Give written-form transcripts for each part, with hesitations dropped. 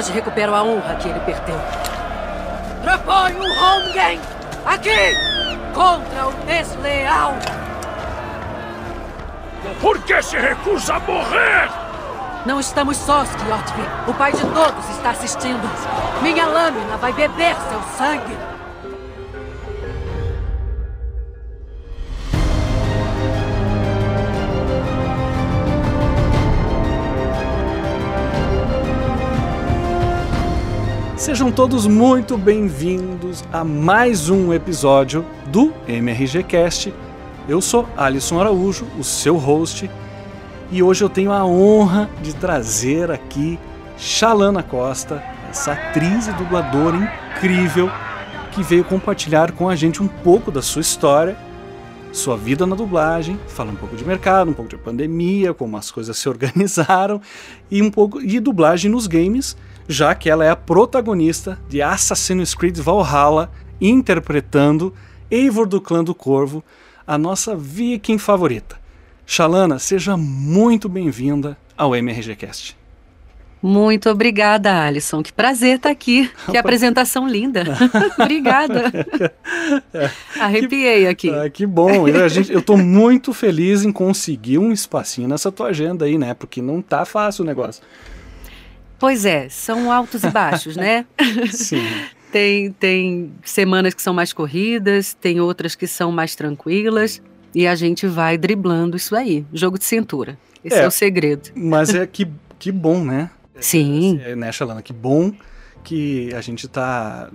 hoje recupero a honra que ele perdeu. Proponho um Holmgren aqui contra o desleal. Por que se recusa a morrer? Não estamos sós, Kjotve. O pai de todos está assistindo. Minha lâmina vai beber seu sangue. Sejam todos muito bem-vindos a mais um episódio do MRG Cast. Eu sou Alisson Araújo, o seu host, e hoje eu tenho a honra de trazer aqui Shalana Costa, essa atriz e dubladora incrível que veio compartilhar com a gente um pouco da sua história, sua vida na dublagem, falar um pouco de mercado, um pouco de pandemia, como as coisas se organizaram e um pouco de dublagem nos games, já que ela é a protagonista de Assassin's Creed Valhalla, interpretando Eivor do Clã do Corvo, a nossa viking favorita. Shalana, seja muito bem-vinda ao MRGCast. Muito obrigada, Alisson. Que prazer estar aqui. Que apresentação linda. Obrigada. Arrepiei aqui. Que bom. Eu tô muito feliz em conseguir um espacinho nessa tua agenda aí, né? Porque não tá fácil o negócio. Pois é, são altos e baixos, né? Sim. Tem semanas que são mais corridas, tem outras que são mais tranquilas, e a gente vai driblando isso aí. Jogo de cintura. Esse é o segredo. Mas que bom, né? Sim. Né, Shalana? Que bom que a gente tá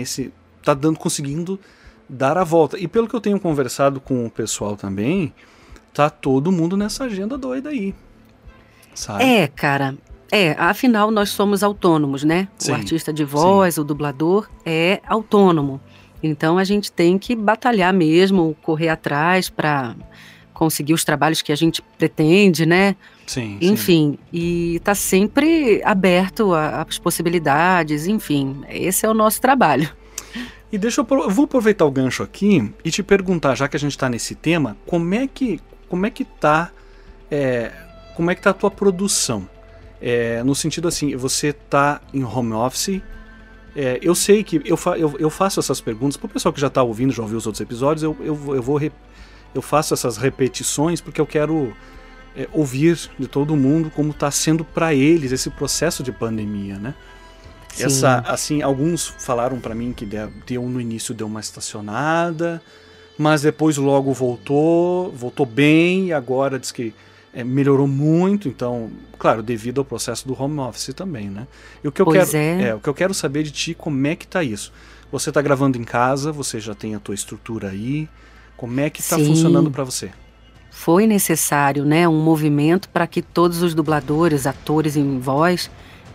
conseguindo dar a volta. E pelo que eu tenho conversado com o pessoal também, tá todo mundo nessa agenda doida aí, sabe? Cara... afinal nós somos autônomos, né? Sim, o artista de voz, o dublador é autônomo. Então a gente tem que batalhar mesmo, correr atrás para conseguir os trabalhos que a gente pretende, né? Sim. Enfim, e tá sempre aberto às possibilidades, enfim, esse é o nosso trabalho. E eu vou aproveitar o gancho aqui e te perguntar, já que a gente tá nesse tema, como é que tá a tua produção? No sentido assim, você tá em home office, eu sei que eu faço essas perguntas pro pessoal que já tá ouvindo, já ouviu os outros episódios, eu faço essas repetições porque eu quero ouvir de todo mundo como tá sendo para eles esse processo de pandemia, né? Sim. Alguns falaram para mim que no início deu uma estacionada, mas depois logo voltou bem, e agora diz que melhorou muito, então, claro, devido ao processo do home office também, né? E o que eu quero saber de ti, como é que tá isso? Você tá gravando em casa, você já tem a tua estrutura aí, como é que tá funcionando para você? Foi necessário, né, um movimento para que todos os dubladores, atores em voz,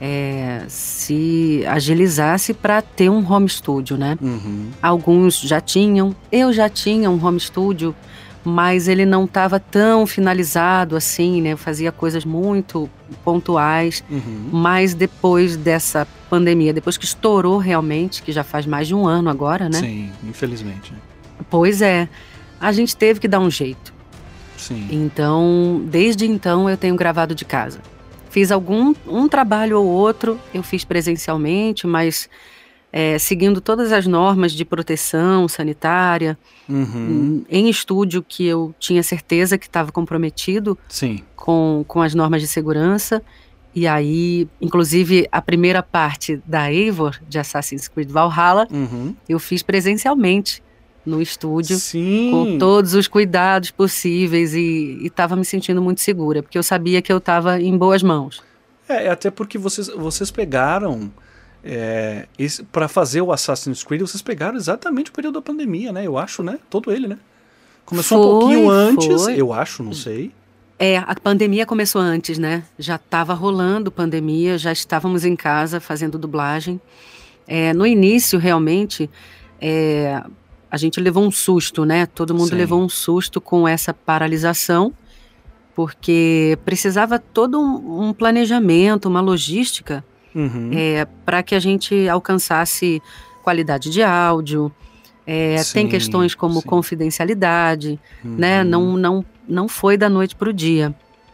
se agilizasse para ter um home studio, né? Uhum. Alguns já tinham, eu já tinha um home studio, mas ele não estava tão finalizado assim, né? Eu fazia coisas muito pontuais, mas depois dessa pandemia, depois que estourou realmente, que já faz mais de um ano agora, né? Sim, infelizmente. Pois é, a gente teve que dar um jeito. Sim. Então, desde então eu tenho gravado de casa. Fiz um trabalho ou outro, eu fiz presencialmente, mas seguindo todas as normas de proteção sanitária, em estúdio que eu tinha certeza que estava comprometido com as normas de segurança. E aí, inclusive, a primeira parte da Eivor, de Assassin's Creed Valhalla, eu fiz presencialmente no estúdio, com todos os cuidados possíveis, e estava me sentindo muito segura, porque eu sabia que eu estava em boas mãos. Até porque vocês pegaram... para fazer o Assassin's Creed, vocês pegaram exatamente o período da pandemia, né? Eu acho, né? Todo ele, né? Começou um pouquinho antes, eu acho, não sei. A pandemia começou antes, né? Já estava rolando pandemia, já estávamos em casa fazendo dublagem. No início, realmente, a gente levou um susto, né? Todo mundo levou um susto com essa paralisação, porque precisava todo um planejamento, uma logística, para que a gente alcançasse qualidade de áudio. Tem questões como confidencialidade, né? Não foi da noite para o dia.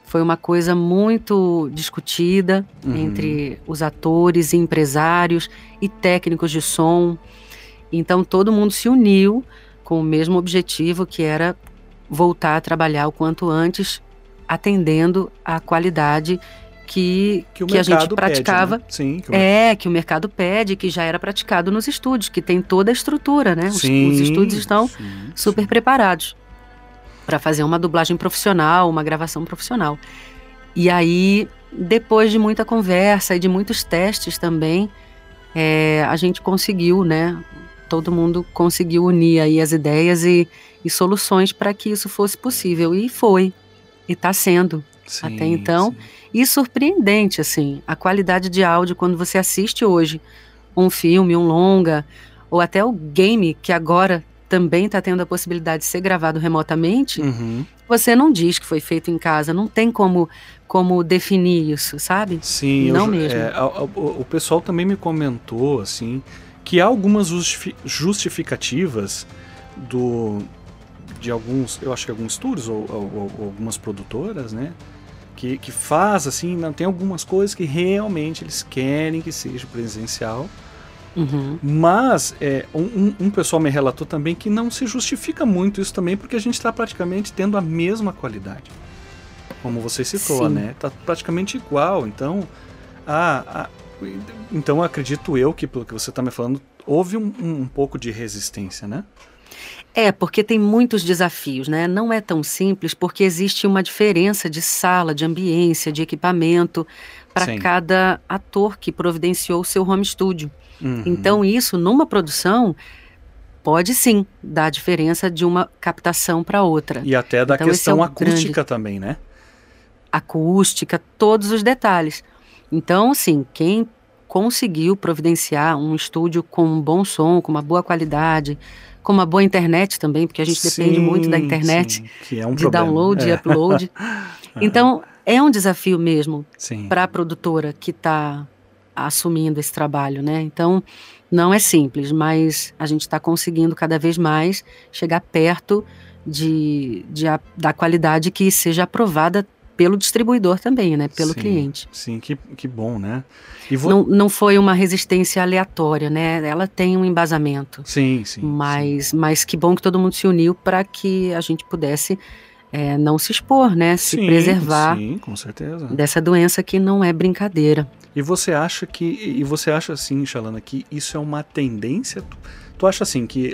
Foi uma coisa muito discutida entre os atores e empresários e técnicos de som. Então todo mundo se uniu com o mesmo objetivo, que era voltar a trabalhar o quanto antes, atendendo à qualidade que a gente praticava. Pede, né? Sim, que o mercado pede, que já era praticado nos estúdios, que tem toda a estrutura, né? Os Sim, estúdios estão super preparados para fazer uma dublagem profissional, uma gravação profissional. E aí, depois de muita conversa e de muitos testes também, a gente conseguiu, né? Todo mundo conseguiu unir aí as ideias e soluções para que isso fosse possível. E foi. E está sendo. Sim, até então. E surpreendente, assim, a qualidade de áudio quando você assiste hoje um filme, um longa, ou até o game, que agora também está tendo a possibilidade de ser gravado remotamente, você não diz que foi feito em casa, não tem como definir isso, sabe? Sim, não mesmo. O pessoal também me comentou, assim, que há algumas justificativas de alguns, eu acho que alguns estúdios ou algumas produtoras, né? Que faz, assim, não, tem algumas coisas que realmente eles querem que seja presencial. Mas um pessoal me relatou também que não se justifica muito isso também, porque a gente está praticamente tendo a mesma qualidade. Como você citou, né? Está praticamente igual. Então, então acredito eu que, pelo que você está me falando, houve um pouco de resistência, né? Porque tem muitos desafios, né? Não é tão simples, porque existe uma diferença de sala, de ambiência, de equipamento para cada ator que providenciou o seu home studio. Então isso, numa produção, pode sim dar diferença de uma captação para outra. E até da questão acústica também, né? Acústica, todos os detalhes. Então, assim, quem conseguiu providenciar um estúdio com um bom som, com uma boa qualidade, com uma boa internet também, porque a gente depende muito da internet, que é um de problema. Download e upload. Então, é um desafio mesmo para a produtora que está assumindo esse trabalho, né? Então, não é simples, mas a gente está conseguindo cada vez mais chegar perto da qualidade que seja aprovada pelo distribuidor também, né? Pelo cliente. Sim, que bom, né? Não foi uma resistência aleatória, né? Ela tem um embasamento. Sim. Mas que bom que todo mundo se uniu para que a gente pudesse não se expor, né? Se preservar. Sim, com certeza. Dessa doença que não é brincadeira. E você acha assim, Xalana, que isso é uma tendência? Tu acha assim que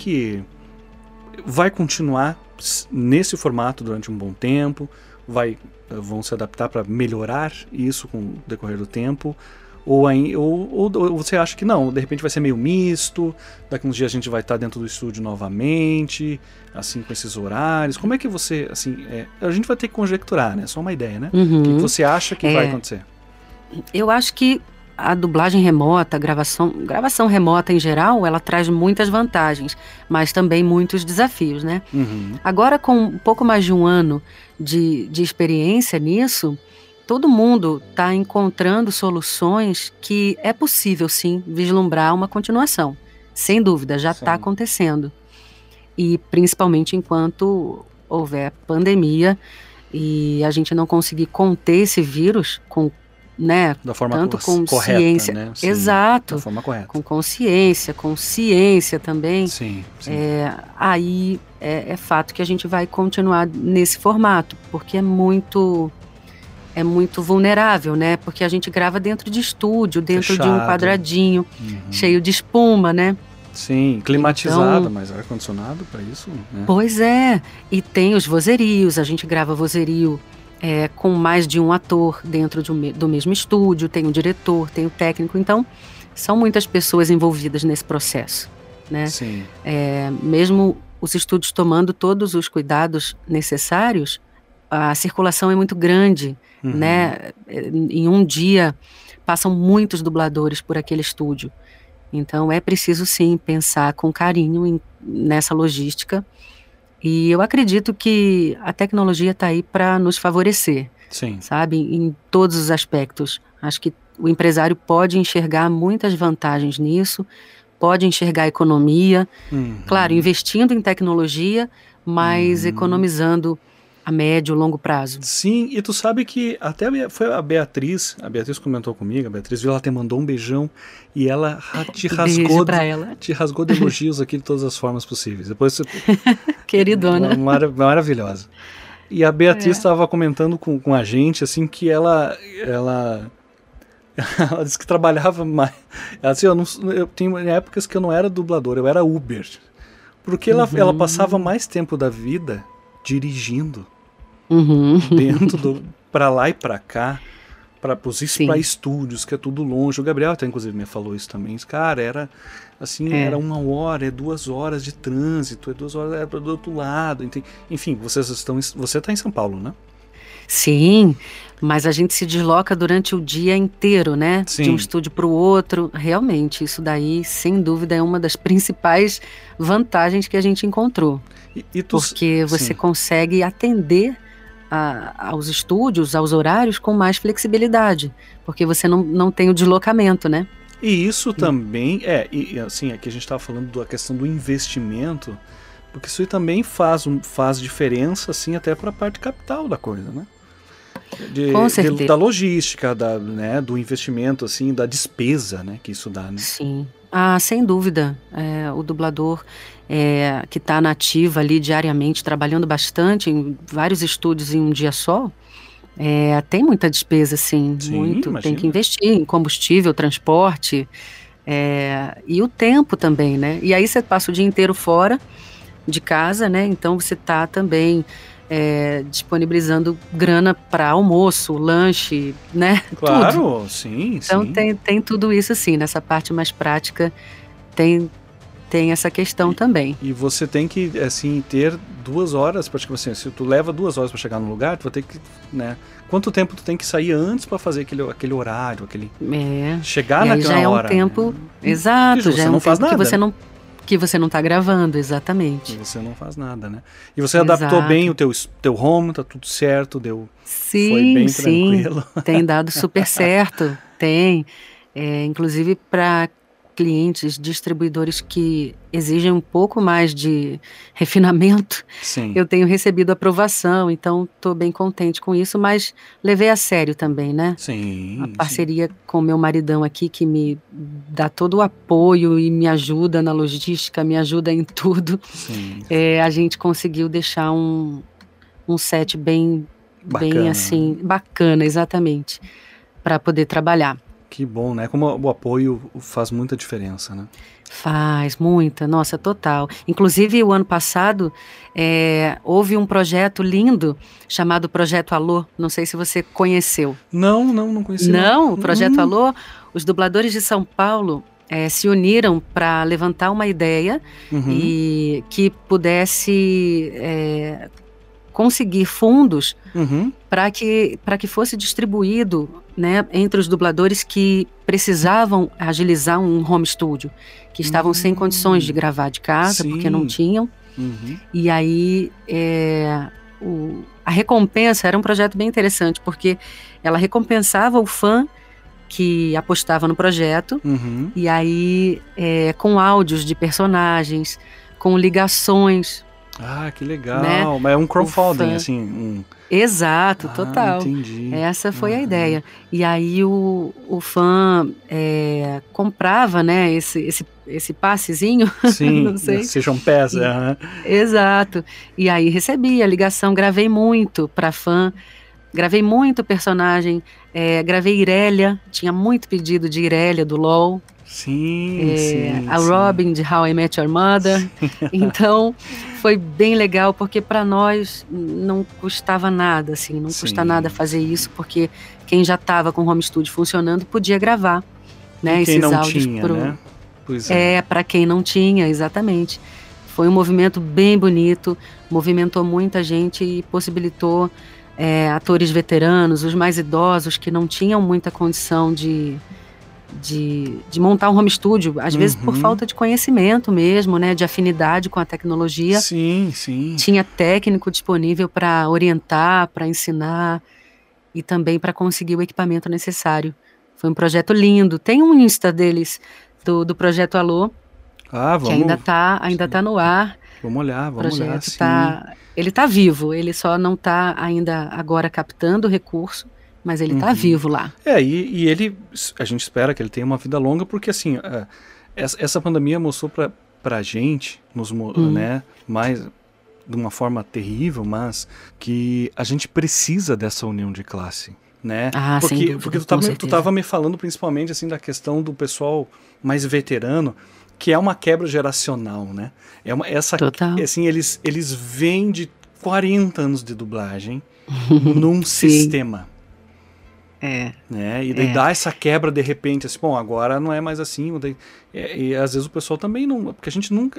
vai continuar nesse formato durante um bom tempo? Vão se adaptar para melhorar isso com o decorrer do tempo? Ou você acha que não, de repente vai ser meio misto, daqui uns dias a gente vai estar dentro do estúdio novamente, assim, com esses horários? Como é que você, assim, a gente vai ter que conjecturar, né? Só uma ideia, né? O que você acha que vai acontecer? Eu acho que a dublagem remota, a gravação remota em geral, ela traz muitas vantagens, mas também muitos desafios, né? Agora, com um pouco mais de um ano de experiência nisso, todo mundo está encontrando soluções que é possível, sim, vislumbrar uma continuação. Sem dúvida, já está acontecendo. E principalmente enquanto houver pandemia e a gente não conseguir conter esse vírus da forma tanto com correta, ciência, né? Sim, exato, da forma correta. Com consciência, com ciência também. Sim. Aí é fato que a gente vai continuar nesse formato, porque é muito vulnerável, né? Porque a gente grava dentro de estúdio, dentro de um quadradinho, cheio de espuma, né? Sim, climatizado, então, mas ar-condicionado para isso, né? Pois é, e tem os vozerios, a gente grava vozerio com mais de um ator dentro do mesmo estúdio, tem o diretor, tem o técnico, então são muitas pessoas envolvidas nesse processo, né? Sim. Mesmo os estúdios tomando todos os cuidados necessários, a circulação é muito grande, né? Em um dia passam muitos dubladores por aquele estúdio, então é preciso sim pensar com carinho nessa logística. E eu acredito que a tecnologia está aí para nos favorecer, sabe? Em todos os aspectos. Acho que o empresário pode enxergar muitas vantagens nisso, pode enxergar a economia, claro, investindo em tecnologia, mas economizando a médio, longo prazo. Sim, e tu sabe que até foi a Beatriz comentou comigo, a Beatriz viu, ela te mandou um beijão e ela Beijo pra ela. te rasgou de elogios aqui de todas as formas possíveis. Depois você... Queridona. Maravilhosa. E a Beatriz estava comentando com a gente, assim, que ela disse que trabalhava mais. Ela disse, eu tenho épocas que eu não era dublador, eu era Uber. Porque ela passava mais tempo da vida dirigindo. Dentro pra lá e pra cá, para estúdios, que é tudo longe. O Gabriel até inclusive me falou isso também. Cara, era assim, era 1 hora, 2 horas de trânsito, 2 horas era do outro lado. Enfim, você está em São Paulo, né? Sim, mas a gente se desloca durante o dia inteiro, né? Sim. De um estúdio para o outro. Realmente, isso daí, sem dúvida, é uma das principais vantagens que a gente encontrou. Porque você consegue atender aos estúdios, aos horários com mais flexibilidade, porque você não tem o deslocamento, né? E isso também assim, aqui a gente estava falando da questão do investimento, porque isso aí também faz diferença, assim, até para a parte capital da coisa, né? Com certeza. Da logística, né, do investimento, assim, da despesa, né, que isso dá, né? Sim. Sem dúvida. O dublador que está na ativa ali diariamente, trabalhando bastante em vários estúdios em um dia só, tem muita despesa, sim, muito. Imagina. Tem que investir em combustível, transporte, e o tempo também, né? E aí você passa o dia inteiro fora de casa, né? Então você está também disponibilizando grana para almoço, lanche, né? Claro, tudo. Sim. Então tem tudo isso, sim, nessa parte mais prática tem essa questão também. E você tem que, assim, ter 2 horas, praticamente assim, se tu leva 2 horas para chegar no lugar, tu vai ter que, né, quanto tempo tu tem que sair antes para fazer aquele horário, chegar naquela hora. Já é um tempo, né? Exato, já é um tempo nada. que você não está gravando, exatamente. E você não faz nada, né? E você adaptou bem o teu home, tá tudo certo, foi bem tranquilo. Tem dado super certo, tem. Inclusive para clientes, distribuidores que exigem um pouco mais de refinamento, eu tenho recebido aprovação, então estou bem contente com isso, mas levei a sério também, né? Sim. A parceria com o meu maridão aqui, que me dá todo o apoio e me ajuda na logística, me ajuda em tudo. Sim. A gente conseguiu deixar um set bem assim, bacana, exatamente, para poder trabalhar. Que bom, né? Como o apoio faz muita diferença, né? Faz muita, nossa, total. Inclusive, o ano passado, houve um projeto lindo chamado Projeto Alô. Não sei se você conheceu. Não conheci. Não? O Projeto Alô, os dubladores de São Paulo se uniram para levantar uma ideia e que pudesse conseguir fundos para que fosse distribuído, né, entre os dubladores que precisavam agilizar um home studio, que estavam sem condições de gravar de casa, porque não tinham. E aí a recompensa era um projeto bem interessante, porque ela recompensava o fã que apostava no projeto, e aí com áudios de personagens, com ligações. Que legal, né? Mas é um crowdfunding, assim. Exato, total. Entendi. Essa foi a ideia. E aí o fã comprava, né, esse passezinho. Sim, não sei. Seja um pés. Exato. E aí recebi a ligação, gravei muito para fã, gravei muito personagem, gravei Irélia, tinha muito pedido de Irélia do LOL. Sim. A Robin de How I Met Your Mother. Então foi bem legal, porque para nós não custava nada, assim, não custa nada fazer isso, porque quem já estava com o home studio funcionando podia gravar, né, quem esses não áudios tinha, né? Pois para quem não tinha, exatamente. Foi um movimento bem bonito, movimentou muita gente e possibilitou atores veteranos, os mais idosos que não tinham muita condição de montar um home studio, às vezes por falta de conhecimento mesmo, né, de afinidade com a tecnologia. Sim. Tinha técnico disponível para orientar, para ensinar e também para conseguir o equipamento necessário. Foi um projeto lindo. Tem um Insta deles, do Projeto Alô, vamos, que ainda tá no ar. Vamos olhar, O projeto está ele está vivo, ele só não está ainda agora captando recurso, mas ele está vivo lá. E ele, a gente espera que ele tenha uma vida longa, porque assim, essa pandemia mostrou pra gente, né, mais de uma forma terrível, mas que a gente precisa dessa união de classe, né? Sem dúvida, porque tu tava me falando principalmente assim da questão do pessoal mais veterano, que é uma quebra geracional, né? Total. Assim, eles vêm de 40 anos de dublagem num sistema. Né? E daí dá essa quebra de repente, assim, bom, agora não é mais assim. E às vezes o pessoal também não, porque a gente não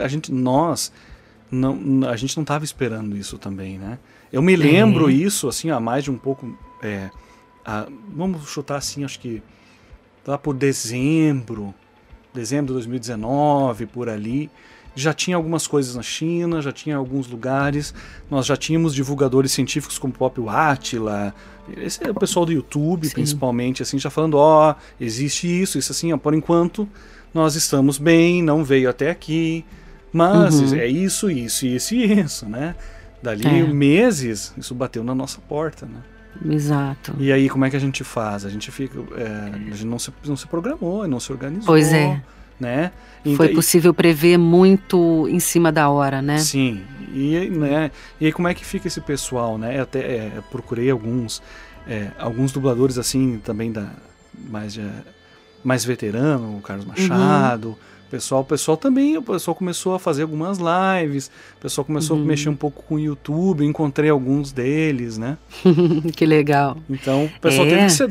estava esperando isso também, né? Eu me lembro isso, assim, há mais de um pouco, vamos chutar assim, acho que lá por dezembro de 2019, por ali, já tinha algumas coisas na China, já tinha alguns lugares, nós já tínhamos divulgadores científicos como o próprio Átila, esse é o pessoal do YouTube, principalmente, assim, já falando, existe isso assim, por enquanto nós estamos bem, não veio até aqui, mas é isso, né? Dali meses, isso bateu na nossa porta, né? Exato. E aí, como é que a gente faz? A gente fica, a gente não se programou, não se organizou. Pois é. Né? Foi possível prever muito em cima da hora, né? Sim. E aí como é que fica esse pessoal, né? Eu até procurei alguns dubladores assim também mais veterano, o Carlos Machado. O pessoal também, começou a fazer algumas lives, o pessoal começou a mexer um pouco com o YouTube, encontrei alguns deles, né? Que legal. Então, o pessoal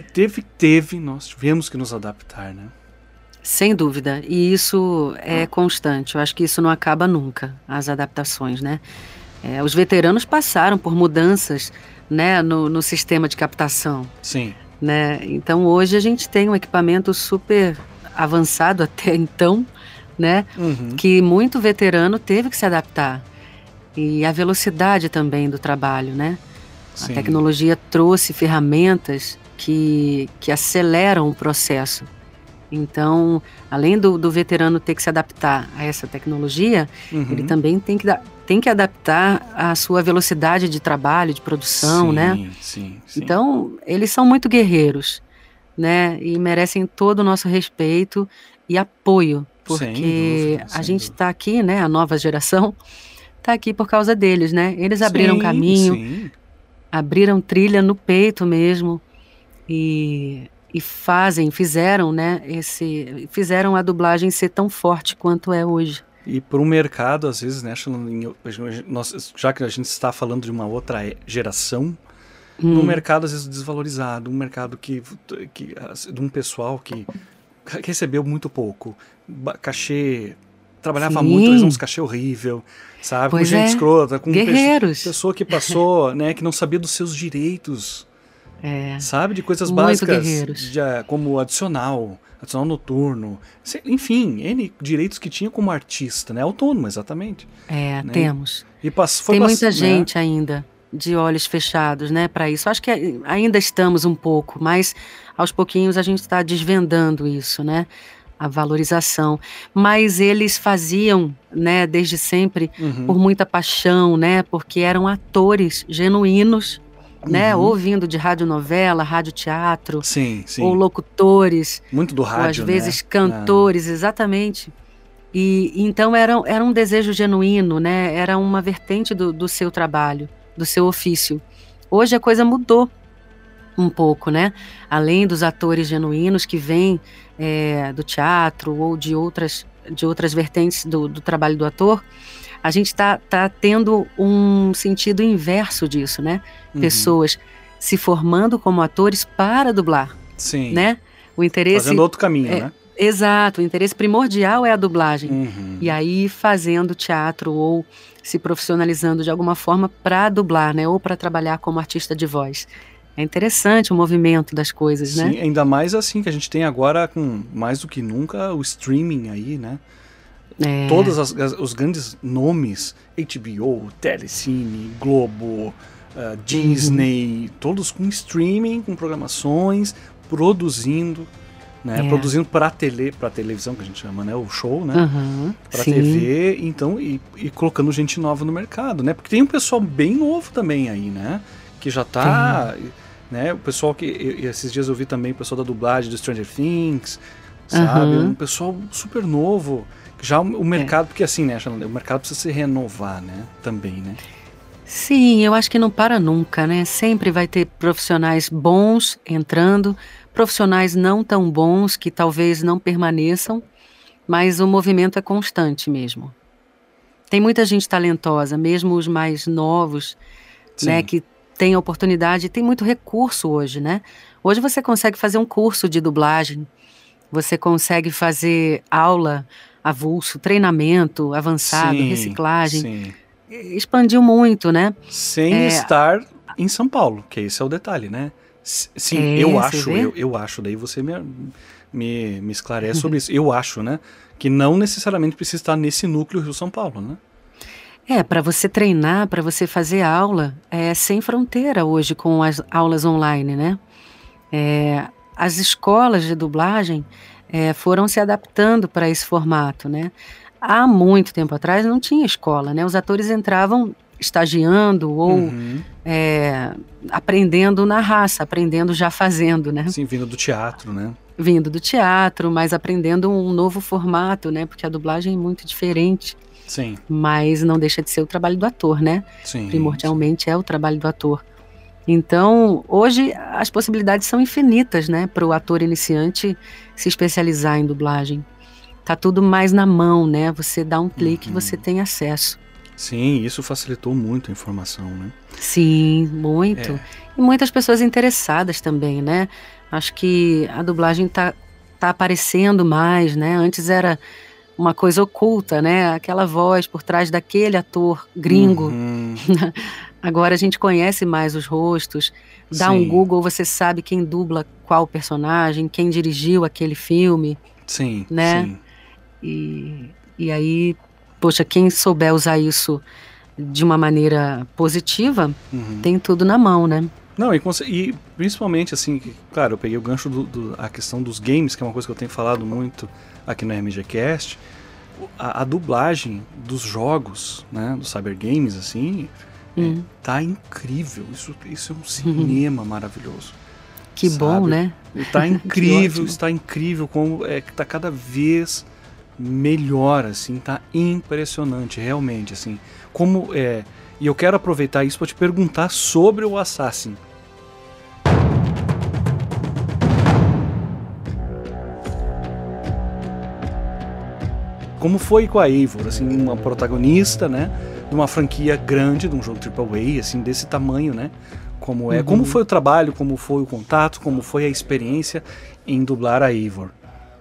nós tivemos que nos adaptar, né? Sem dúvida, e isso é constante, eu acho que isso não acaba nunca, as adaptações, né? Os veteranos passaram por mudanças, né, no sistema de captação. Sim. Né? Então hoje a gente tem um equipamento super avançado até então, né? Que muito veterano teve que se adaptar. E a velocidade também do trabalho, né? Sim. A tecnologia trouxe ferramentas que aceleram o processo. Então, além do veterano ter que se adaptar a essa tecnologia, ele também tem que adaptar a sua velocidade de trabalho, de produção, né? Sim. Então, eles são muito guerreiros, né? E merecem todo o nosso respeito e apoio, porque a gente está aqui, né? A nova geração está aqui por causa deles, né? Eles abriram caminho, abriram trilha no peito mesmo e fizeram, né? Fizeram a dublagem ser tão forte quanto é hoje. E para o mercado, às vezes, né, já que a gente está falando de uma outra geração, um mercado às vezes desvalorizado, um mercado de um pessoal que recebeu muito pouco, cachê, trabalhava muito, mas uns cachê horrível, sabe? Pois com gente escrota, com guerreiros. Pessoa que passou, né, que não sabia dos seus direitos. Sabe, de coisas muito básicas, como adicional noturno, enfim, N direitos que tinha como artista, né, autônomo, exatamente. Né? Temos. Tem muita gente ainda de olhos fechados, né, para isso. Acho que ainda estamos um pouco, mas aos pouquinhos a gente está desvendando isso, né, a valorização. Mas eles faziam, né, desde sempre, por muita paixão, né, porque eram atores genuínos, né, ouvindo de radionovela, radioteatro, ou locutores, muito do rádio, ou às vezes cantores, exatamente. E então era um desejo genuíno, né, era uma vertente do seu trabalho, do seu ofício. Hoje a coisa mudou um pouco, né, além dos atores genuínos que vêm do teatro ou de outras vertentes do trabalho do ator. A gente tá tendo um sentido inverso disso, né? Pessoas se formando como atores para dublar. Sim. Né? O interesse... Fazendo outro caminho, né? Exato. O interesse primordial é a dublagem. E aí fazendo teatro ou se profissionalizando de alguma forma para dublar, né? Ou para trabalhar como artista de voz. É interessante o movimento das coisas, né? Sim, ainda mais assim que a gente tem agora, com mais do que nunca, o streaming aí, né? Todos os grandes nomes, HBO, Telecine, Globo, Disney, todos com streaming, com programações, produzindo, né? Produzindo para televisão, que a gente chama, né? O show, né? Para sim. TV, então, e colocando gente nova no mercado, né? Porque tem um pessoal bem novo também aí, né? Que já tá, né? O pessoal que, esses dias eu vi também o pessoal da dublagem do Stranger Things, sabe? Um pessoal super novo. Já o mercado, porque assim, né? O mercado precisa se renovar, né? Também, né? Sim, eu acho que não para nunca, né? Sempre vai ter profissionais bons entrando, profissionais não tão bons que talvez não permaneçam, mas o movimento é constante mesmo. Tem muita gente talentosa, mesmo os mais novos, né? Que tem oportunidade, tem muito recurso hoje, né? Hoje você consegue fazer um curso de dublagem, você consegue fazer aula avulso, treinamento avançado, reciclagem. Sim. Expandiu muito, né? Sem estar em São Paulo, que esse é o detalhe, né? Sim, eu acho, daí você me esclarece sobre isso. Eu acho, né? Que não necessariamente precisa estar nesse núcleo Rio-São Paulo, né? Para você treinar, para você fazer aula, é sem fronteira hoje com as aulas online, né? As escolas de dublagem foram se adaptando para esse formato, né? Há muito tempo atrás não tinha escola, né? Os atores entravam estagiando ou aprendendo na raça, aprendendo já fazendo, né? Sim, vindo do teatro, né? Vindo do teatro, mas aprendendo um novo formato, né? Porque a dublagem é muito diferente. Sim. Mas não deixa de ser o trabalho do ator, né? Sim. Primordialmente é o trabalho do ator. Então, hoje as possibilidades são infinitas, né? Para o ator iniciante se especializar em dublagem. Tá tudo mais na mão, né? Você dá um clique e você tem acesso. Sim, isso facilitou muito a informação, né? Sim, muito. E muitas pessoas interessadas também, né? Acho que a dublagem tá aparecendo mais, né? Antes era uma coisa oculta, né? Aquela voz por trás daquele ator gringo. Agora a gente conhece mais os rostos. Dá um Google, você sabe quem dubla qual personagem, quem dirigiu aquele filme. Sim, né? sim. E aí, poxa, quem souber usar isso de uma maneira positiva, tem tudo na mão, né? Não, e principalmente assim, claro, eu peguei o gancho a questão dos games, que é uma coisa que eu tenho falado muito aqui no MGCast. A dublagem dos jogos, né, dos cybergames, assim, tá incrível. Isso é um cinema maravilhoso. Que sabe? Bom, né? Tá incrível, está incrível como tá cada vez melhor, assim, tá impressionante, realmente, assim, como e eu quero aproveitar isso para te perguntar sobre o Assassin. Como foi com a Eivor, assim, uma protagonista, né, de uma franquia grande, de um jogo AAA, assim, desse tamanho, né, como como foi o trabalho, como foi o contato, como foi a experiência em dublar a Eivor?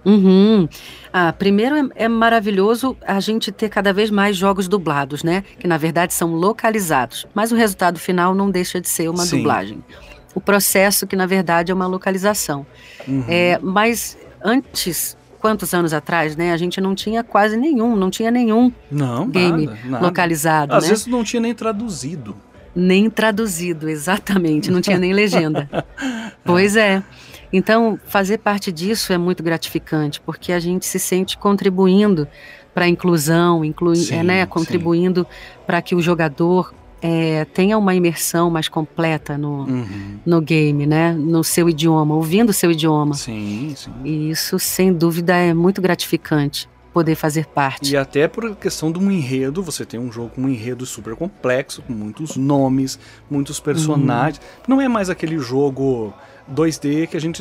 Primeiro é maravilhoso a gente ter cada vez mais jogos dublados, né? Que na verdade são localizados, mas o resultado final não deixa de ser uma dublagem. O processo que na verdade é uma localização. Mas antes, quantos anos atrás, né? A gente não tinha quase nenhum, não tinha nenhum game nada. localizado, Às né? vezes não tinha nem traduzido. Nem traduzido, exatamente, não tinha nem legenda. Pois é. Então, fazer parte disso é muito gratificante, porque a gente se sente contribuindo para a inclusão, contribuindo para que o jogador tenha uma imersão mais completa no game, né? No seu idioma, ouvindo o seu idioma. Sim, sim. E isso, sem dúvida, é muito gratificante, poder fazer parte. E até por questão de um enredo, você tem um jogo com um enredo super complexo, com muitos nomes, muitos personagens. Não é mais aquele jogo 2D que a gente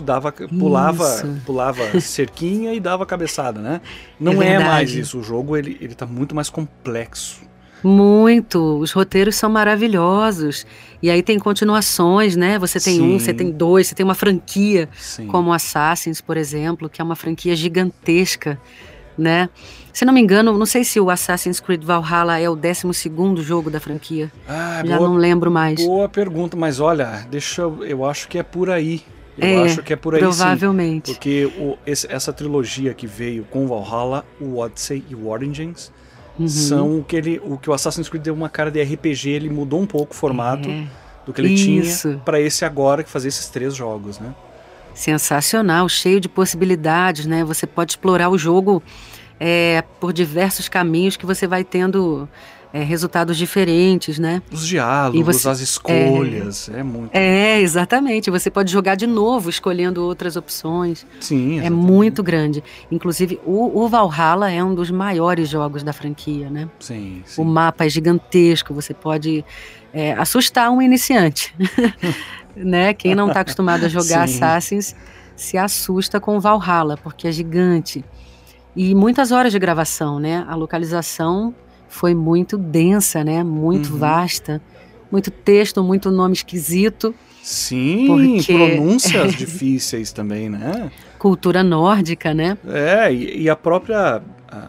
pulava cerquinha e dava cabeçada, né? Não é mais isso. O jogo ele tá muito mais complexo. Muito. Os roteiros são maravilhosos. E aí tem continuações, né? Você tem você tem dois, você tem uma franquia, como Assassins, por exemplo, que é uma franquia gigantesca, né? Se não me engano, não sei se o Assassin's Creed Valhalla é o 12º jogo da franquia. Já não lembro mais. Boa pergunta, mas olha, eu acho que é por aí. Eu acho que é por aí, provavelmente. Sim. Porque essa trilogia que veio com Valhalla, o Odyssey e o Origins, são o que o Assassin's Creed deu uma cara de RPG, ele mudou um pouco o formato do que ele tinha para esse agora, que fazia esses 3 jogos, né? sensacional, cheio de possibilidades, né? Você pode explorar o jogo por diversos caminhos que você vai tendo resultados diferentes, né? Os diálogos, as escolhas, muito... exatamente. Você pode jogar de novo, escolhendo outras opções. Sim, exatamente. É muito grande. Inclusive, o Valhalla é um dos maiores jogos da franquia, né? Sim. O mapa é gigantesco, você pode assustar um iniciante, né? Quem não está acostumado a jogar Assassins se assusta com o Valhalla, porque é gigante. E muitas horas de gravação, né? A localização foi muito densa, né? Muito vasta, muito texto, muito nome esquisito. Sim, pronúncias difíceis também, né? Cultura nórdica, né? E a própria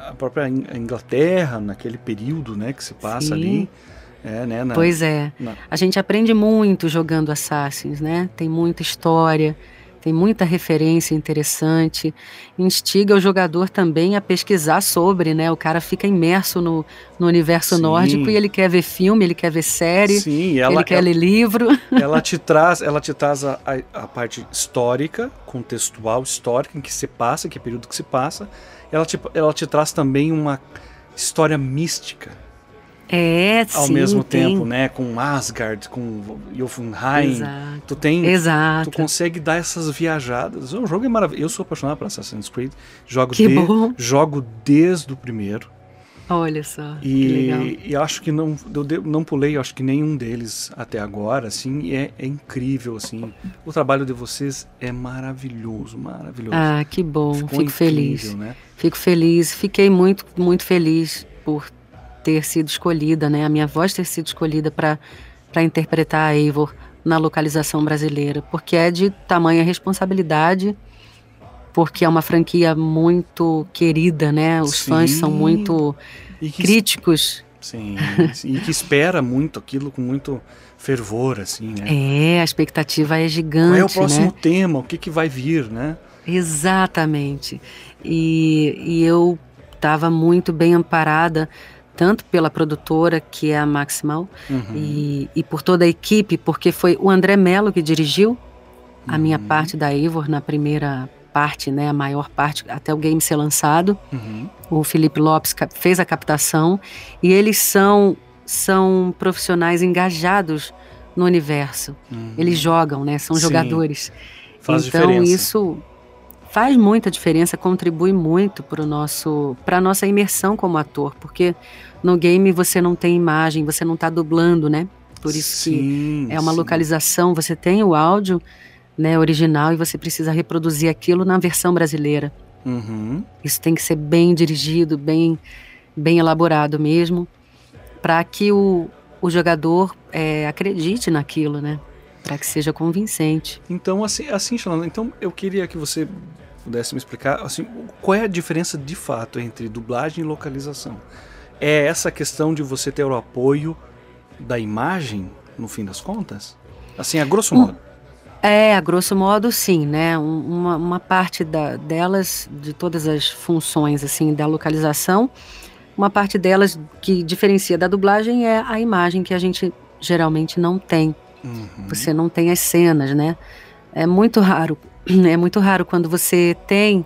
Inglaterra, naquele período, né, que se passa ali. Né, a gente aprende muito jogando Assassins, né? Tem muita história, tem muita referência interessante, instiga o jogador também a pesquisar sobre, né? O cara fica imerso no universo nórdico e ele quer ver filme, ele quer ver série, ele quer ler livro. Ela te traz a parte histórica, contextual, histórica, em que se passa, que período que se passa. Ela te traz também uma história mística. Ao mesmo tempo, né? Com Asgard, com Jotunheim. Exato. Tu consegue dar essas viajadas. O jogo é maravilhoso. Eu sou apaixonado por Assassin's Creed. Jogo desde o primeiro. Olha só, que legal. E acho que não pulei, acho que nenhum deles até agora, assim, é incrível, assim. O trabalho de vocês é maravilhoso. Ah, que bom, fico incrível, feliz. Né? Fico feliz, fiquei muito, muito feliz por ter sido escolhida, né? A minha voz ter sido escolhida para interpretar a Eivor na localização brasileira, porque é de tamanha responsabilidade, porque é uma franquia muito querida, né? Os fãs são muito críticos. Sim, e que espera muito aquilo com muito fervor, assim, né? A expectativa é gigante, qual é o próximo tema? O que vai vir, né? Exatamente. E eu estava muito bem amparada, tanto pela produtora, que é a Maximal, e por toda a equipe, porque foi o André Mello que dirigiu a minha parte da Eivor na primeira parte, né, a maior parte, até o game ser lançado. O Felipe Lopes fez a captação, e eles são profissionais engajados no universo. Eles jogam, né, são jogadores. Faz então diferença. Isso faz muita diferença, contribui muito para a nossa imersão como ator, porque no game você não tem imagem, você não está dublando, né? Por isso que é uma localização, você tem o áudio, né, original, e você precisa reproduzir aquilo na versão brasileira. Isso tem que ser bem dirigido, bem elaborado mesmo, para que o jogador acredite naquilo, né? Para que seja convincente. Então, assim, Shalana, então eu queria que você pudesse me explicar, assim, qual é a diferença de fato entre dublagem e localização? É essa questão de você ter o apoio da imagem, no fim das contas? Assim, a grosso modo. A grosso modo, sim, né? Uma parte delas, de todas as funções, assim, da localização, uma parte delas que diferencia da dublagem é a imagem, que a gente geralmente não tem. Você não tem as cenas, né? É muito raro quando você tem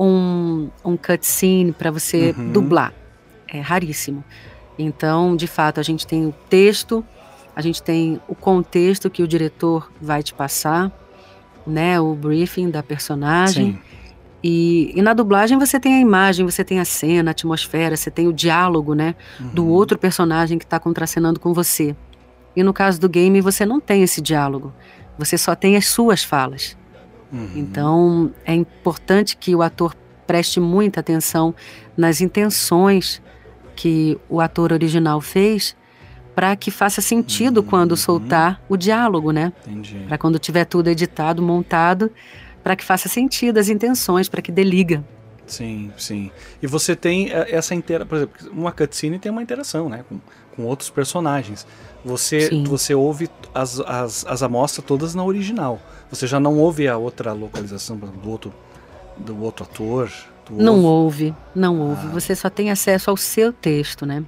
um cutscene para você dublar. É raríssimo. Então, de fato, a gente tem o texto, a gente tem o contexto que o diretor vai te passar, né? O briefing da personagem. E na dublagem você tem a imagem, você tem a cena, a atmosfera, você tem o diálogo, né? Do outro personagem que está contracenando com você. E no caso do game, você não tem esse diálogo. Você só tem as suas falas. Então, é importante que o ator preste muita atenção nas intenções que o ator original fez, para que faça sentido quando soltar o diálogo, né? Para quando tiver tudo editado, montado, para que faça sentido as intenções, para que dê liga. Sim. E você tem essa interação, por exemplo, uma cutscene tem uma interação, né? Com outros personagens. Você ouve as amostras todas na original. Você já não ouve a outra localização do outro ator? Não ouve. Você só tem acesso ao seu texto, né?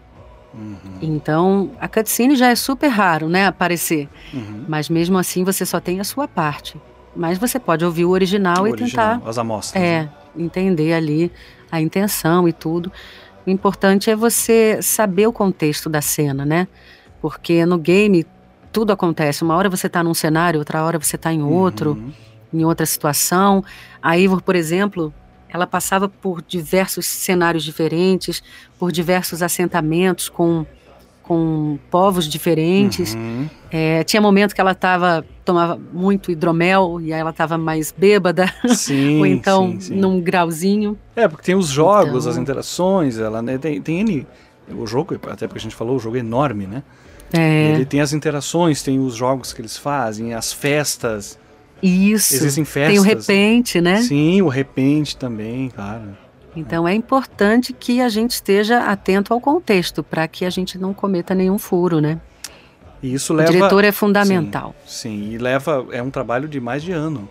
Então, a cutscene já é super raro, né? Aparecer. Mas mesmo assim, você só tem a sua parte. Mas você pode ouvir o original e tentar as amostras. Né? Entender ali a intenção e tudo. O importante é você saber o contexto da cena, né? Porque no game tudo acontece. Uma hora você está num cenário, outra hora você está em outro, em outra situação. A Eivor, por exemplo, ela passava por diversos cenários diferentes, por diversos assentamentos com povos diferentes. Tinha momentos que ela tomava muito hidromel e aí ela estava mais bêbada, sim, ou então sim. num grauzinho. Porque tem os jogos, as interações, ela, né, tem N... O jogo, até porque a gente falou, o jogo é enorme, né? Ele tem as interações, tem os jogos que eles fazem, as festas. Isso. Existem festas. Tem o repente, né? Sim, o repente também, claro. Então é importante que a gente esteja atento ao contexto, para que a gente não cometa nenhum furo, né? E isso leva... O diretor é fundamental. Sim, e é um trabalho de mais de ano.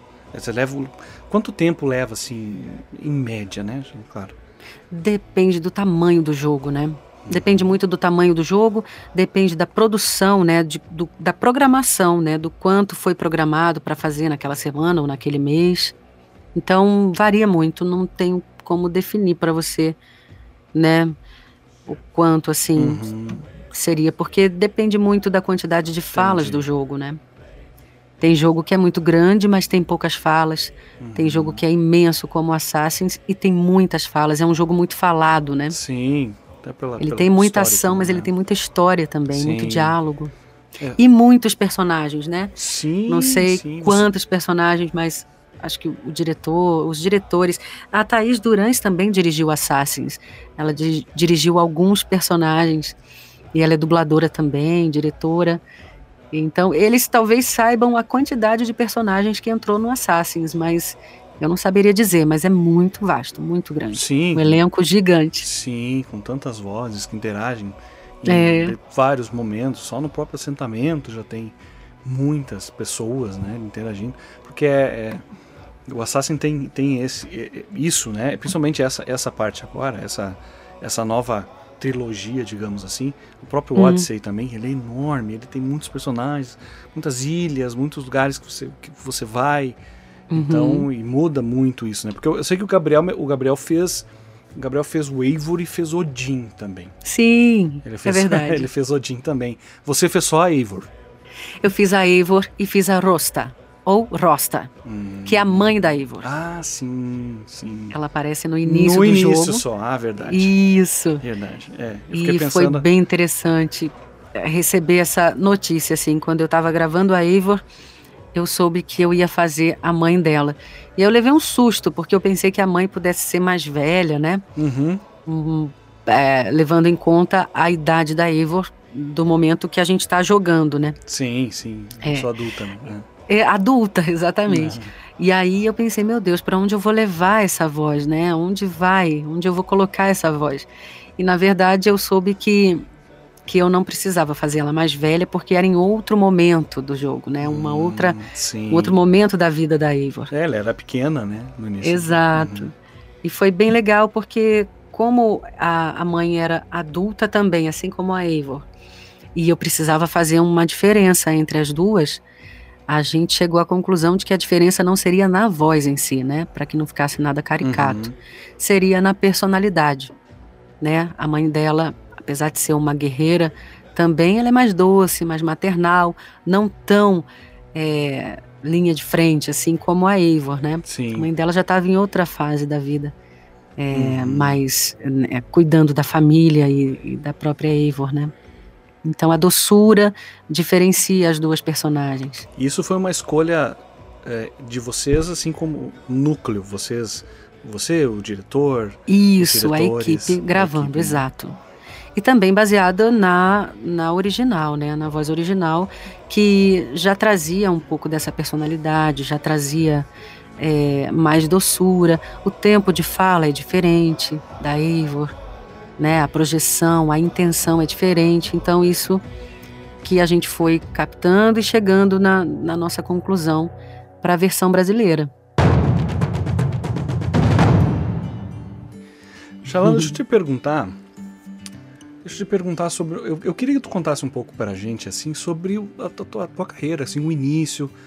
Quanto tempo leva, assim, em média, né? Claro. Depende do tamanho do jogo, né? Depende muito do tamanho do jogo, depende da produção, né? Da programação, né? Do quanto foi programado para fazer naquela semana ou naquele mês. Então, varia muito, não tenho como definir para você, né? O quanto, assim, seria, porque depende muito da quantidade de falas do jogo, né? Tem jogo que é muito grande, mas tem poucas falas. Tem jogo que é imenso, como Assassins, e tem muitas falas. É um jogo muito falado, né? Sim. Ele tem muita ação, mas ele tem muita história também, muito diálogo. É. E muitos personagens, né? Sim. Não sei quantos personagens, mas acho que os diretores... A Thaís Durães também dirigiu Assassins. Ela dirigiu alguns personagens. E ela é dubladora também, diretora. Então, eles talvez saibam a quantidade de personagens que entrou no Assassins, mas eu não saberia dizer, mas é muito vasto, muito grande. Sim. Um elenco gigante. Sim, com tantas vozes que interagem em vários momentos. Só no próprio assentamento já tem muitas pessoas, né, interagindo. Porque o Assassin tem isso, né? Principalmente essa parte agora, essa nova trilogia, digamos assim. O próprio Odyssey também, ele é enorme, ele tem muitos personagens, muitas ilhas, muitos lugares que você vai. Então, e muda muito isso, né? Porque eu sei que o Gabriel fez o Eivor e fez Odin também. Sim, é verdade. Ele fez Odin também. Você fez só a Eivor? Eu fiz a Eivor e fiz a Rosta, ou Rosta, que é a mãe da Eivor. Ah, sim. Ela aparece no início do jogo. No início só, verdade. Isso. Verdade, E foi bem interessante receber essa notícia, assim, quando eu estava gravando a Eivor, eu soube que eu ia fazer a mãe dela. E eu levei um susto, porque eu pensei que a mãe pudesse ser mais velha, né? Levando em conta a idade da Eivor, do momento que a gente está jogando, né? Sim. Eu sou adulta, né? Adulta, exatamente. E aí eu pensei, meu Deus, para onde eu vou levar essa voz, né? Onde eu vou colocar essa voz? E na verdade eu soube que eu não precisava fazer ela mais velha, porque era em outro momento do jogo, né? Um outro momento da vida da Eivor. Ela era pequena, né? No início. Exato. E foi bem legal, porque como a mãe era adulta também, assim como a Eivor, e eu precisava fazer uma diferença entre as duas, a gente chegou à conclusão de que a diferença não seria na voz em si, né? Para que não ficasse nada caricato. Seria na personalidade, né? A mãe dela, apesar de ser uma guerreira, também ela é mais doce, mais maternal, não tão linha de frente, assim como a Eivor, né? Sim. A mãe dela já estava em outra fase da vida, mais cuidando da família e da própria Eivor, né? Então a doçura diferencia as duas personagens. Isso foi uma escolha de vocês, assim como núcleo, você, o diretor... Isso, a equipe gravando, exato. E também baseada na original, né? Na voz original, que já trazia um pouco dessa personalidade, já trazia mais doçura. O tempo de fala é diferente da Eivor, né? A projeção, a intenção é diferente. Então isso que a gente foi captando e chegando na nossa conclusão para a versão brasileira. Shalana, deixa eu te perguntar sobre... Eu queria que tu contasse um pouco pra gente, assim, sobre a tua carreira, assim, o início,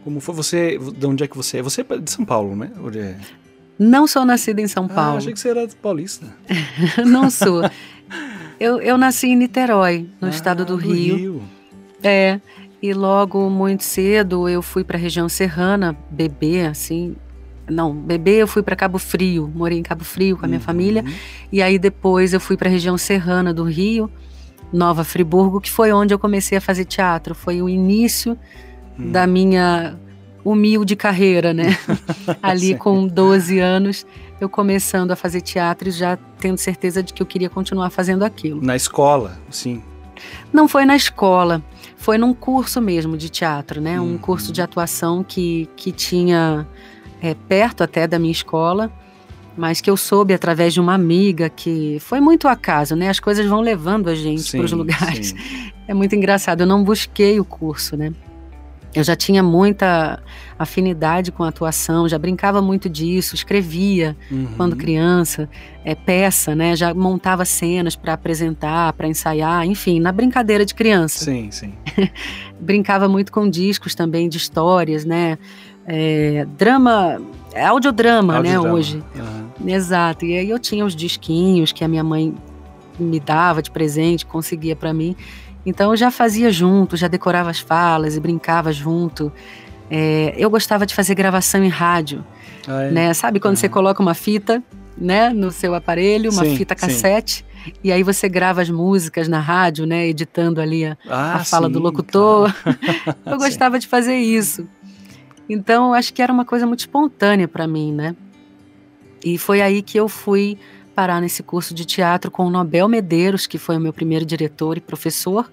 Como foi você? De onde é que você é? Você é de São Paulo, né? Não sou nascida em São Paulo. Achei que você era paulista. Não sou. Eu nasci em Niterói, no estado do Rio. E logo, muito cedo, eu fui para a região serrana, bebê, assim. Não, bebê eu fui para Cabo Frio, morei em Cabo Frio com a minha família. E aí depois eu fui para a região serrana do Rio, Nova Friburgo, que foi onde eu comecei a fazer teatro. Foi o início da minha humilde carreira, né? Ali com 12 anos, eu começando a fazer teatro e já tendo certeza de que eu queria continuar fazendo aquilo. Na escola, sim? Não foi na escola, foi num curso mesmo de teatro, né? Um curso de atuação que tinha perto até da minha escola, mas que eu soube através de uma amiga, que foi muito acaso, né? As coisas vão levando a gente para os lugares. Sim. É muito engraçado, eu não busquei o curso, né? Eu já tinha muita afinidade com a atuação, já brincava muito disso, escrevia quando criança, peça, né? Já montava cenas para apresentar, para ensaiar, enfim, na brincadeira de criança. Sim, sim. Brincava muito com discos também de histórias, né? Drama, audiodrama, né? Hoje. Exato. E aí eu tinha os disquinhos que a minha mãe me dava de presente, conseguia para mim. Então eu já fazia junto, já decorava as falas e brincava junto. Eu gostava de fazer gravação em rádio, né? Sabe quando você coloca uma fita, né, no seu aparelho, uma fita cassete, e aí você grava as músicas na rádio, né, editando ali a fala do locutor. Claro. Eu gostava de fazer isso. Então eu acho que era uma coisa muito espontânea para mim, né? E foi aí que eu fui parar nesse curso de teatro com o Nobel Medeiros, que foi o meu primeiro diretor e professor.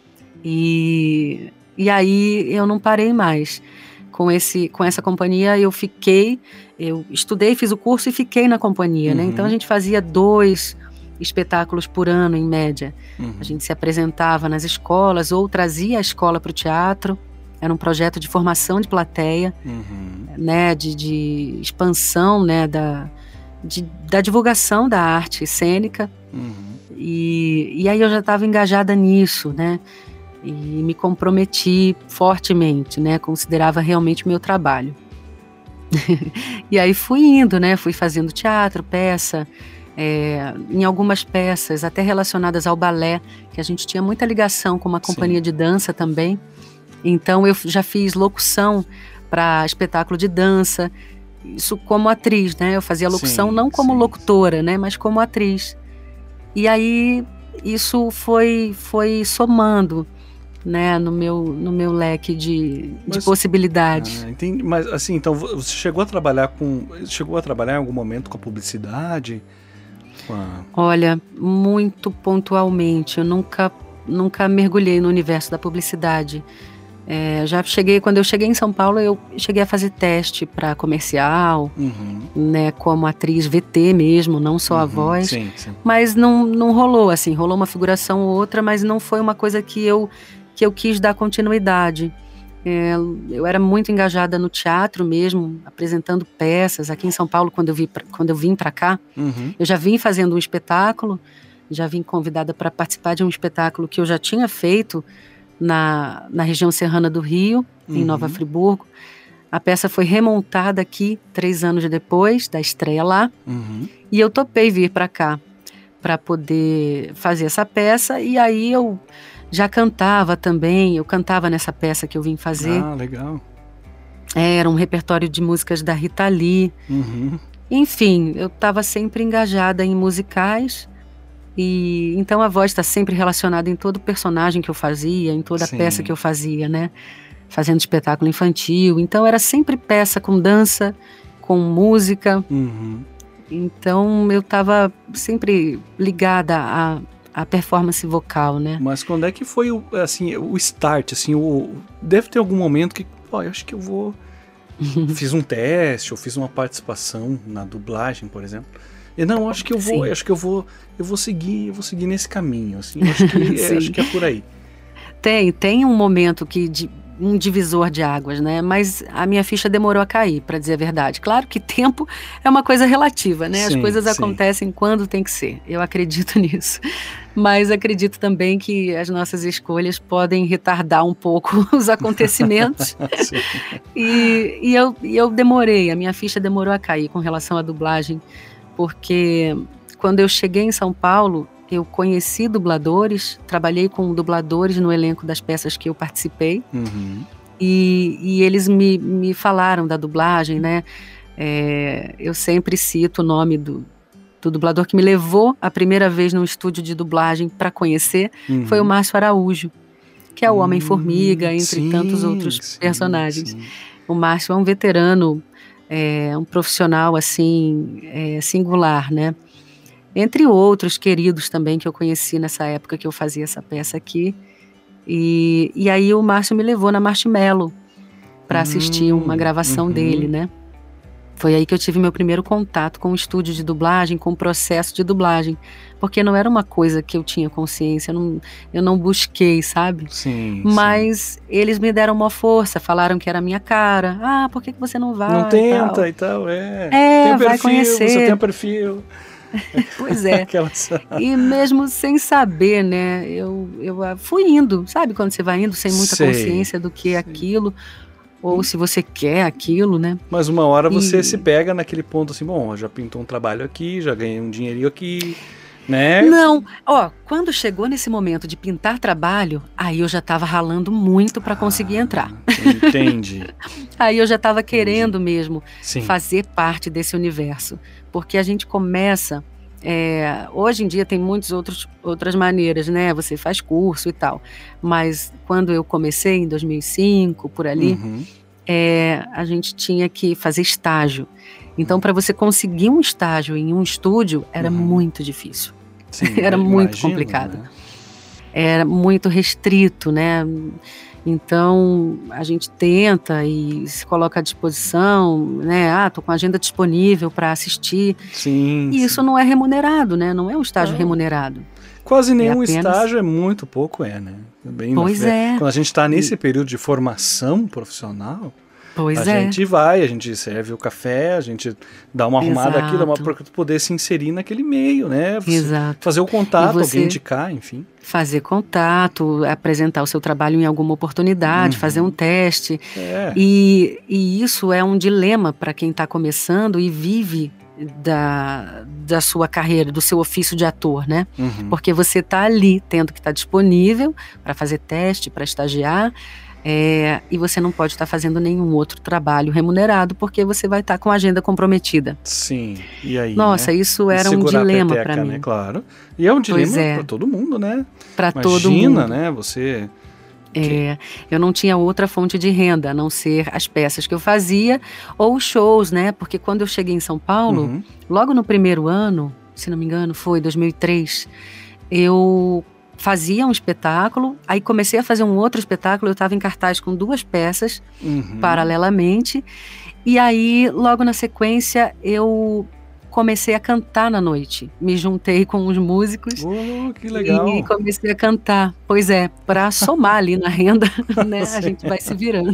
E aí eu não parei mais. Com essa companhia eu estudei, fiz o curso e fiquei na companhia, né? Então a gente fazia 2 espetáculos por ano, em média. A gente se apresentava nas escolas ou trazia a escola para o teatro. Era um projeto de formação de plateia, né? De expansão, né? Da divulgação da arte cênica. E aí eu já estava engajada nisso, né? E me comprometi fortemente, né? Considerava realmente o meu trabalho. E aí fui indo, né? Fui fazendo teatro, peça, em algumas peças, até relacionadas ao balé, que a gente tinha muita ligação com uma companhia de dança também. Então eu já fiz locução para espetáculo de dança, isso como atriz, né? Eu fazia locução não como locutora, né? Mas como atriz. E aí isso foi somando, né, no meu leque de possibilidades. Entendi. Mas assim, então você chegou a trabalhar em algum momento com a publicidade? Olha, muito pontualmente. Eu nunca mergulhei no universo da publicidade. Quando eu cheguei em São Paulo, eu cheguei a fazer teste para comercial, né, como atriz VT mesmo, não só a voz. Sim. Mas não rolou, assim, rolou uma figuração ou outra, mas não foi uma coisa que eu quis dar continuidade. Eu era muito engajada no teatro mesmo, apresentando peças. Aqui em São Paulo, quando eu vim para cá, eu já vim fazendo um espetáculo, já vim convidada para participar de um espetáculo que eu já tinha feito na região serrana do Rio, em Nova Friburgo. A peça foi remontada aqui 3 anos depois da estreia lá. E eu topei vir para cá para poder fazer essa peça. E aí eu já cantava também. Eu cantava nessa peça que eu vim fazer. Ah, legal. Era um repertório de músicas da Rita Lee. Enfim, eu estava sempre engajada em musicais. E então a voz está sempre relacionada em todo personagem que eu fazia, em toda peça que eu fazia, né? Fazendo espetáculo infantil. Então era sempre peça com dança, com música. Então eu estava sempre ligada à performance vocal, né? Mas quando é que foi o start? Assim, deve ter algum momento que, eu acho que eu vou... Fiz um teste, ou fiz uma participação na dublagem, por exemplo. Não, acho que eu vou seguir nesse caminho, assim, acho que é por aí. Tem um momento um divisor de águas, né? Mas a minha ficha demorou a cair, para dizer a verdade. Claro que tempo é uma coisa relativa, né? As coisas acontecem quando tem que ser. Eu acredito nisso. Mas acredito também que as nossas escolhas podem retardar um pouco os acontecimentos. E eu demorei, a minha ficha demorou a cair com relação à dublagem, porque quando eu cheguei em São Paulo, eu conheci dubladores, trabalhei com dubladores no elenco das peças que eu participei, e eles me falaram da dublagem, né? Eu sempre cito o nome do dublador que me levou a primeira vez num estúdio de dublagem para conhecer, foi o Márcio Araújo, que é o Homem-Formiga, entre tantos outros personagens. Sim. O Márcio é um veterano, um profissional assim, singular, né? Entre outros queridos também que eu conheci nessa época que eu fazia essa peça aqui. E aí o Márcio me levou na Marshmello para assistir uma gravação dele, né? Foi aí que eu tive meu primeiro contato com o estúdio de dublagem, com o processo de dublagem, porque não era uma coisa que eu tinha consciência, eu não busquei, sabe? Sim. Mas eles me deram uma força, falaram que era a minha cara. Ah, por que você não vai? Não tenta e tal, tem vai conhecer. Você tem um perfil. Pois é. E mesmo sem saber, né, eu fui indo, sabe quando você vai indo sem muita consciência do que é aquilo, ou se você quer aquilo, né? Mas uma hora você se pega naquele ponto assim, bom, já pintou um trabalho aqui, já ganhei um dinheirinho aqui, né? Não, quando chegou nesse momento de pintar trabalho, aí eu já estava ralando muito para conseguir entrar. Entendi. Aí eu já estava querendo mesmo fazer parte desse universo, porque a gente começa, hoje em dia tem muitas outras maneiras, né? Você faz curso e tal, mas quando eu comecei em 2005, por ali, a gente tinha que fazer estágio. Então, para você conseguir um estágio em um estúdio, era muito difícil. Sim, era muito complicado. Né? Era muito restrito, né? Então, a gente tenta e se coloca à disposição, né? Tô com a agenda disponível para assistir. Sim. E isso não é remunerado, né? Não é um estágio remunerado. Quase nenhum estágio é muito pouco, né? Pois é. Quando a gente está nesse período de formação profissional, a gente vai, a gente serve o café, a gente dá uma arrumada aqui, para poder se inserir naquele meio, né? Fazer o contato, alguém indicar, enfim. Fazer contato, apresentar o seu trabalho em alguma oportunidade, fazer um teste. E isso é um dilema para quem está começando e vive da sua carreira, do seu ofício de ator, né? Porque você está ali, tendo que estar disponível para fazer teste, para estagiar, e você não pode estar fazendo nenhum outro trabalho remunerado, porque você vai estar com a agenda comprometida. Sim, e aí? Nossa, isso era um dilema para mim. Né? Claro. E é um dilema para todo mundo, né? Para todo mundo. Imagina, né? Você... eu não tinha outra fonte de renda, a não ser as peças que eu fazia ou os shows, né? Porque quando eu cheguei em São Paulo, logo no primeiro ano, se não me engano, foi 2003, eu fazia um espetáculo, aí comecei a fazer um outro espetáculo, eu estava em cartaz com 2 peças, paralelamente, e aí, logo na sequência, eu comecei a cantar na noite. Me juntei com uns músicos. Que legal. E comecei a cantar. Pois é, para somar ali na renda, né? A gente vai se virando.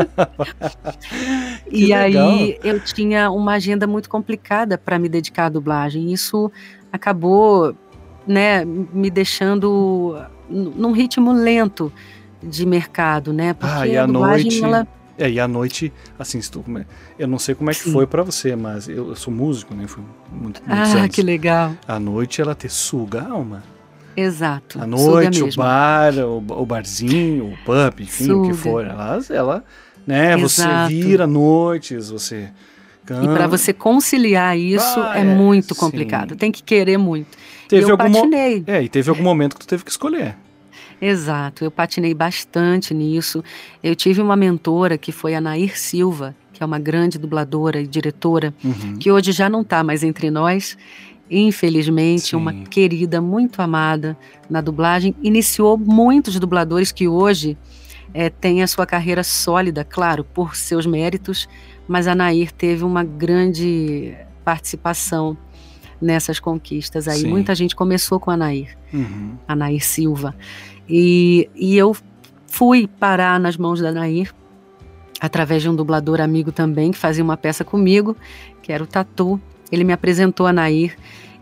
E legal. Aí eu tinha uma agenda muito complicada para me dedicar à dublagem. Isso acabou, né, me deixando num ritmo lento de mercado, né? Porque e a dublagem, noite... E à noite, assim, eu não sei como é que foi pra você, mas eu sou músico, né? Fui muitos anos. Que legal. À noite ela te suga a alma. Exato. À noite, o bar, o barzinho, o pub, enfim, o que for. Ela né? Exato. Você vira noites, você canta. E para você conciliar isso é muito complicado. Tem que querer muito. Patinei. E teve algum momento que tu teve que escolher. Exato, eu patinei bastante nisso. Eu tive uma mentora que foi a Nair Silva, que é uma grande dubladora e diretora, que hoje já não está mais entre nós, infelizmente. Uma querida, muito amada na dublagem. Iniciou muitos dubladores que hoje têm a sua carreira sólida, claro, por seus méritos, mas a Nair teve uma grande participação nessas conquistas aí. Muita gente começou com a Nair Silva. E eu fui parar nas mãos da Nair através de um dublador amigo também, que fazia uma peça comigo, que era o Tatu. Ele me apresentou a Nair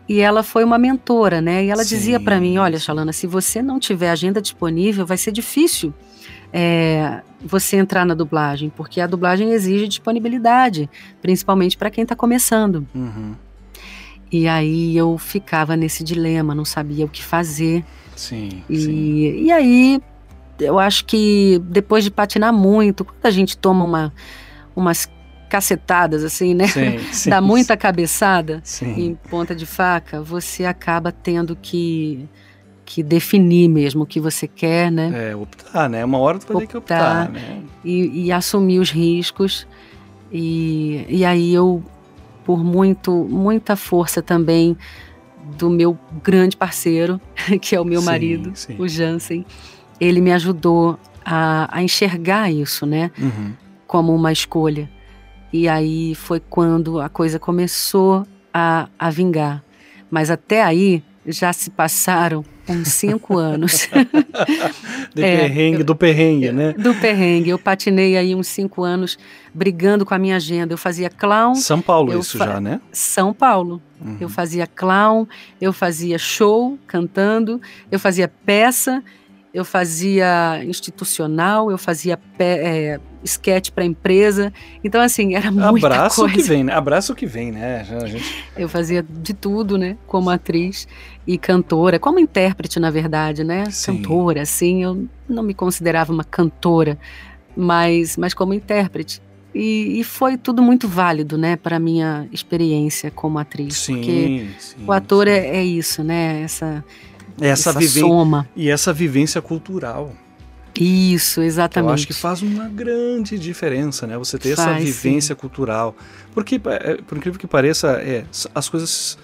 E ela foi uma mentora, né? E ela Sim, dizia para mim, olha, sim. Chalana, se você não tiver agenda disponível, vai ser difícil você entrar na dublagem, porque a dublagem exige disponibilidade, principalmente para quem está começando. Uhum. E aí eu ficava nesse dilema, não sabia o que fazer. Sim, sim. E aí eu acho que depois de patinar muito, quando a gente toma umas cacetadas assim, né? Sim, sim, Dá muita cabeçada sim. em ponta de faca, você acaba tendo que definir mesmo o que você quer, né? Optar, né? Uma hora tu vai ter que optar, né? E assumir os riscos. E aí eu, por muita força também do meu grande parceiro, que é o meu marido, sim. o Jansen, ele me ajudou a enxergar isso, né? Uhum. Como uma escolha. E aí foi quando a coisa começou a vingar. Mas até aí já se passaram uns 5 anos. Do perrengue, né? Do perrengue. Eu patinei aí uns 5 anos brigando com a minha agenda. Eu fazia clown. São Paulo já, né? São Paulo. Uhum. Eu fazia clown, eu fazia show cantando, eu fazia peça, eu fazia institucional, eu fazia sketch para empresa. Então, assim, era muita Abraço coisa. Que vem, né? Abraço que vem, né? Eu fazia de tudo, né? Como atriz e cantora, como intérprete, na verdade, né? Sim. Cantora, assim, eu não me considerava uma cantora, mas como intérprete. E foi tudo muito válido, né? Para a minha experiência como atriz. Sim, porque o ator é isso, né? Essa soma. E essa vivência cultural. Isso, exatamente. Eu acho que faz uma grande diferença, né? Você ter essa vivência cultural. Porque, por incrível que pareça, as coisas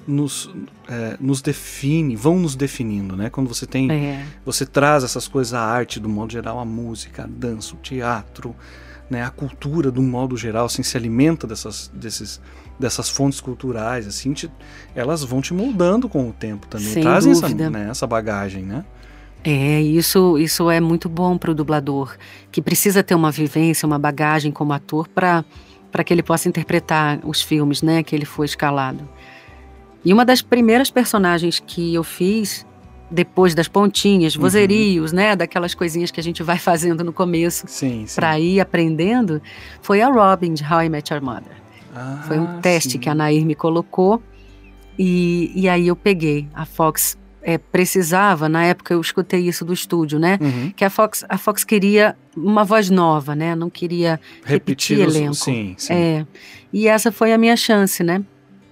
nos definem, vão nos definindo, né? Quando você tem... Você traz essas coisas, a arte, do modo geral, a música, a dança, o teatro, né? A cultura, do modo geral, assim, se alimenta dessas fontes culturais, assim, elas vão te moldando com o tempo também. Sem trazem dúvida. essa bagagem, né? Isso é muito bom para o dublador, que precisa ter uma vivência, uma bagagem como ator para que ele possa interpretar os filmes, né, que ele foi escalado. E uma das primeiras personagens que eu fiz, depois das pontinhas, vozerios, né, daquelas coisinhas que a gente vai fazendo no começo para ir aprendendo, foi a Robin de How I Met Your Mother. Foi um teste que a Nair me colocou e aí eu peguei. A Fox precisava, na época eu escutei isso do estúdio, né? Que a Fox queria uma voz nova, né? Não queria repetir elenco. Sim. E essa foi a minha chance, né?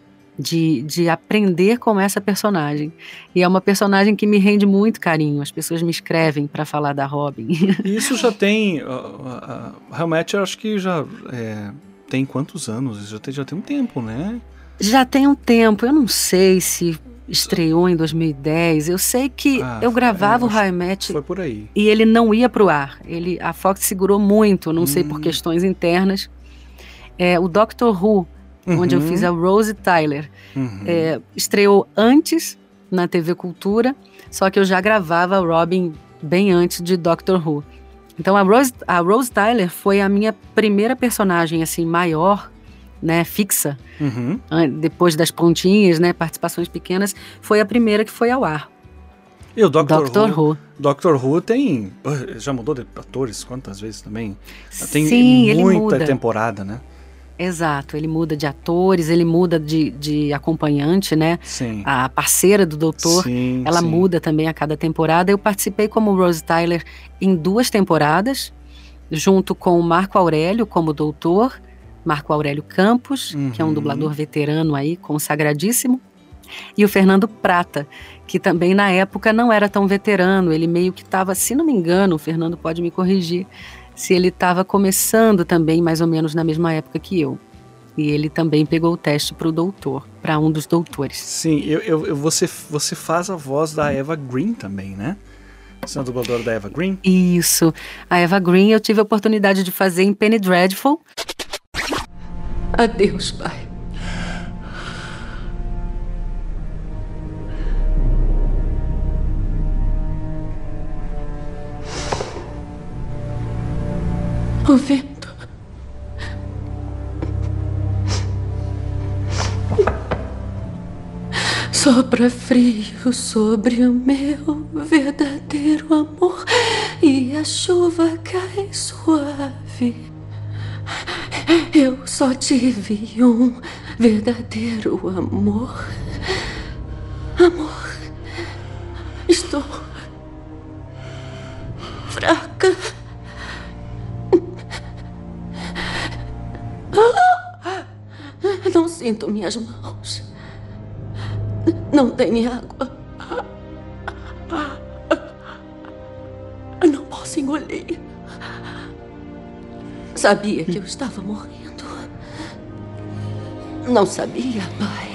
De aprender com essa personagem. E é uma personagem que me rende muito carinho. As pessoas me escrevem para falar da Robin. Isso já tem... How I Met, eu acho que já tem quantos anos? Já tem um tempo, né? Já tem um tempo. Eu não sei se estreou em 2010. Eu sei que eu gravava o How I Met. Foi por aí. E ele não ia pro ar. A Fox segurou muito, não sei por questões internas. O Doctor Who, onde eu fiz a Rose Tyler, estreou antes na TV Cultura, só que eu já gravava a Robin bem antes de Doctor Who. Então a Rose Tyler foi a minha primeira personagem assim maior, né, fixa, depois das pontinhas, né, participações pequenas, foi a primeira que foi ao ar. E o Doctor Who? Doctor Who tem... Já mudou de atores quantas vezes também? Tem muita temporada, né? Exato, ele muda de atores, ele muda de acompanhante, né? Sim. A parceira do doutor, ela muda também a cada temporada. Eu participei como Rose Tyler em 2 temporadas, junto com o Marco Aurélio como doutor, Marco Aurélio Campos, que é um dublador veterano aí, consagradíssimo, e o Fernando Prata, que também na época não era tão veterano, ele meio que estava, se não me engano, o Fernando pode me corrigir, se ele estava começando também mais ou menos na mesma época que eu. E ele também pegou o teste para o doutor, para um dos doutores. Sim, você faz a voz da Eva Green também, né? Você é a dubladora da Eva Green? Isso. A Eva Green eu tive a oportunidade de fazer em Penny Dreadful. Adeus, pai. O vento. Sopra frio sobre o meu verdadeiro amor e a chuva cai suave. Eu só tive um verdadeiro amor. Amor, estou fraca. Não sinto minhas mãos. Não tem água. Não posso engolir. Sabia que eu estava morrendo. Não sabia, pai.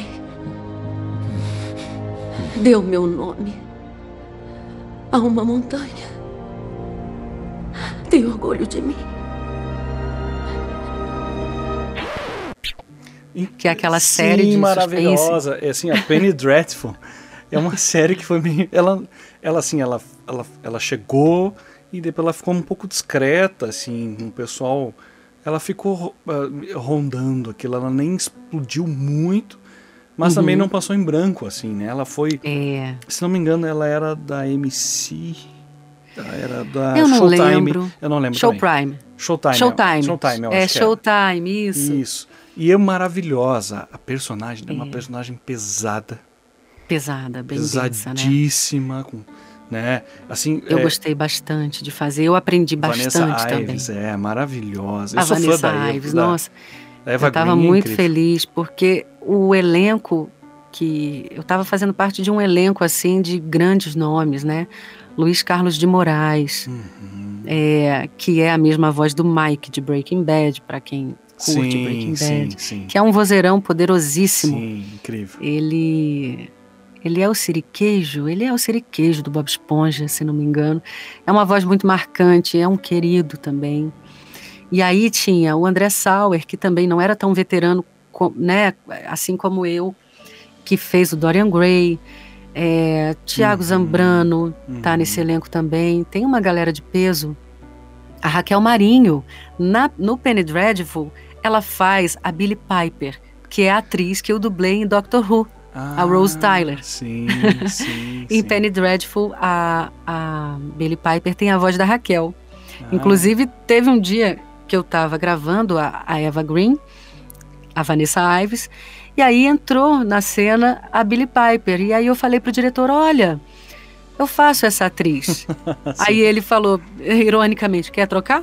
Deu meu nome a uma montanha. Tem orgulho de mim. Que é aquela série de maravilhosa. É assim, a Penny Dreadful é uma série que foi meio... Ela chegou e depois ela ficou um pouco discreta, assim, o pessoal... Ela ficou rondando aquilo, ela nem explodiu muito, mas também não passou em branco, assim, né? Ela foi... Se não me engano, ela era da MC... Era da eu não Showtime. Lembro. Eu não lembro Showtime. Showtime, eu acho Showtime, isso. Isso. E é maravilhosa. A personagem é uma personagem pesada. Pesada, bem densa, né? Pesadíssima, né? Assim, eu gostei bastante de fazer. Eu aprendi bastante Vanessa Ives, também. Maravilhosa. A Vanessa Ives, nossa. Eva eu estava Green, muito incrível. feliz, porque o elenco que... Eu estava fazendo parte de um elenco, assim, de grandes nomes, né? Luiz Carlos de Moraes, que é a mesma voz do Mike de Breaking Bad, para quem curte Breaking Bad, sim. que é um vozeirão poderosíssimo. Sim, incrível. Ele é o Siriqueijo, do Bob Esponja, se não me engano. É uma voz muito marcante, é um querido também. E aí tinha o André Sauer, que também não era tão veterano, né, assim como eu, que fez o Dorian Gray. Tiago Zambrano tá nesse elenco também. Tem uma galera de peso. A Raquel Marinho, no Penny Dreadful, ela faz a Billie Piper, que é a atriz que eu dublei em Doctor Who, a Rose Tyler. Sim. Em Penny Dreadful, a Billie Piper tem a voz da Raquel. Inclusive, teve um dia que eu estava gravando a Eva Green, a Vanessa Ives, e aí entrou na cena a Billie Piper. E aí eu falei pro diretor, olha, eu faço essa atriz. Aí ele falou, ironicamente, quer trocar?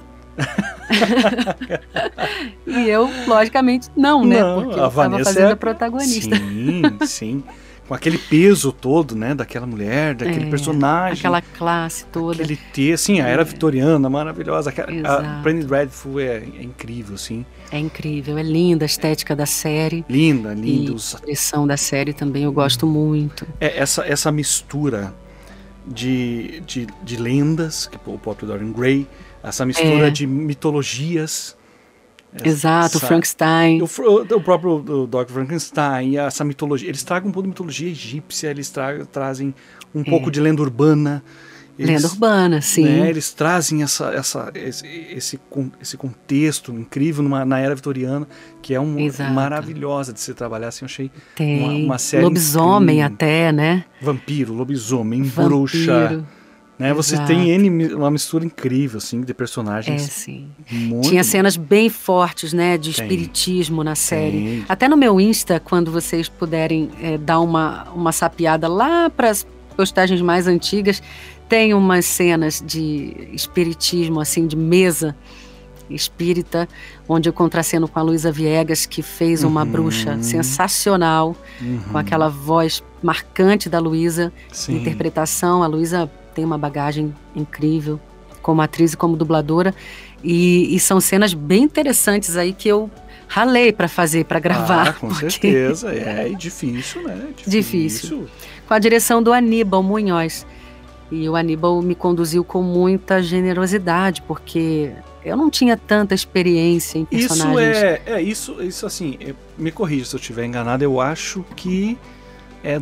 E eu, logicamente, não, né? Porque eu estava fazendo a protagonista. Sim. Com aquele peso todo, né? Daquela mulher, daquele personagem. Aquela classe toda. Aquele texto, assim, a era vitoriana, maravilhosa. A Penny Dreadful é incrível, sim. É incrível, é linda a estética da série. Linda. E a expressão da série também eu gosto muito. Essa mistura de lendas, que o próprio Dorian Gray, essa mistura de mitologias. Exato, Frankenstein. O próprio Dr. Frankenstein, essa mitologia. Eles tragam um pouco de mitologia egípcia, eles trazem um pouco de lenda urbana. Lenda urbana, sim. Né, eles trazem esse contexto incrível na era vitoriana, que é maravilhosa de se trabalhar. Assim, eu achei uma série lobisomem incrível. Até, né? Vampiro, lobisomem, bruxa. Né? Você tem uma mistura incrível, assim, de personagens. Sim. Tinha cenas bem fortes, né, de espiritismo na série. Tem. Até no meu Insta, quando vocês puderem dar uma sapeada lá para as postagens mais antigas, tem umas cenas de espiritismo, assim, de mesa espírita, onde eu contraceno com a Luísa Viegas, que fez uma bruxa sensacional, com aquela voz marcante da Luísa, interpretação. A Luísa tem uma bagagem incrível como atriz e como dubladora, e são cenas bem interessantes aí que eu ralei para fazer, para gravar. Com certeza, difícil, né? Difícil. Com a direção do Aníbal Munhoz. E o Aníbal me conduziu com muita generosidade, porque eu não tinha tanta experiência em personagens. Isso assim, me corrija se eu estiver enganado, eu acho que é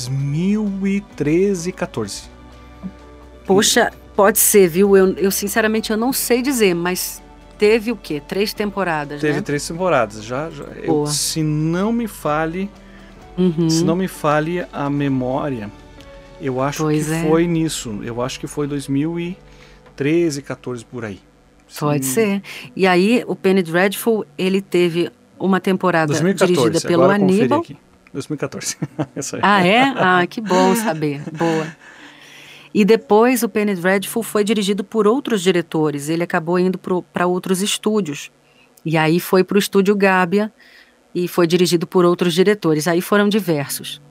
2013, 14. Poxa, pode ser, viu? Eu sinceramente eu não sei dizer, mas teve o quê? 3 temporadas, Teve né? 3 temporadas. Se não me falhe, Se não me falhe a memória, eu acho foi nisso. Eu acho que foi 2013, 14 por aí. Pode ser. E aí, o Penny Dreadful, ele teve uma temporada 2014, dirigida pelo Aníbal. 2014. Ah, é? Ah, que bom saber. Boa. E depois o Penny Dreadful foi dirigido por outros diretores. Ele acabou indo para outros estúdios. E aí foi para o estúdio Gábia e foi dirigido por outros diretores. Aí foram diversos.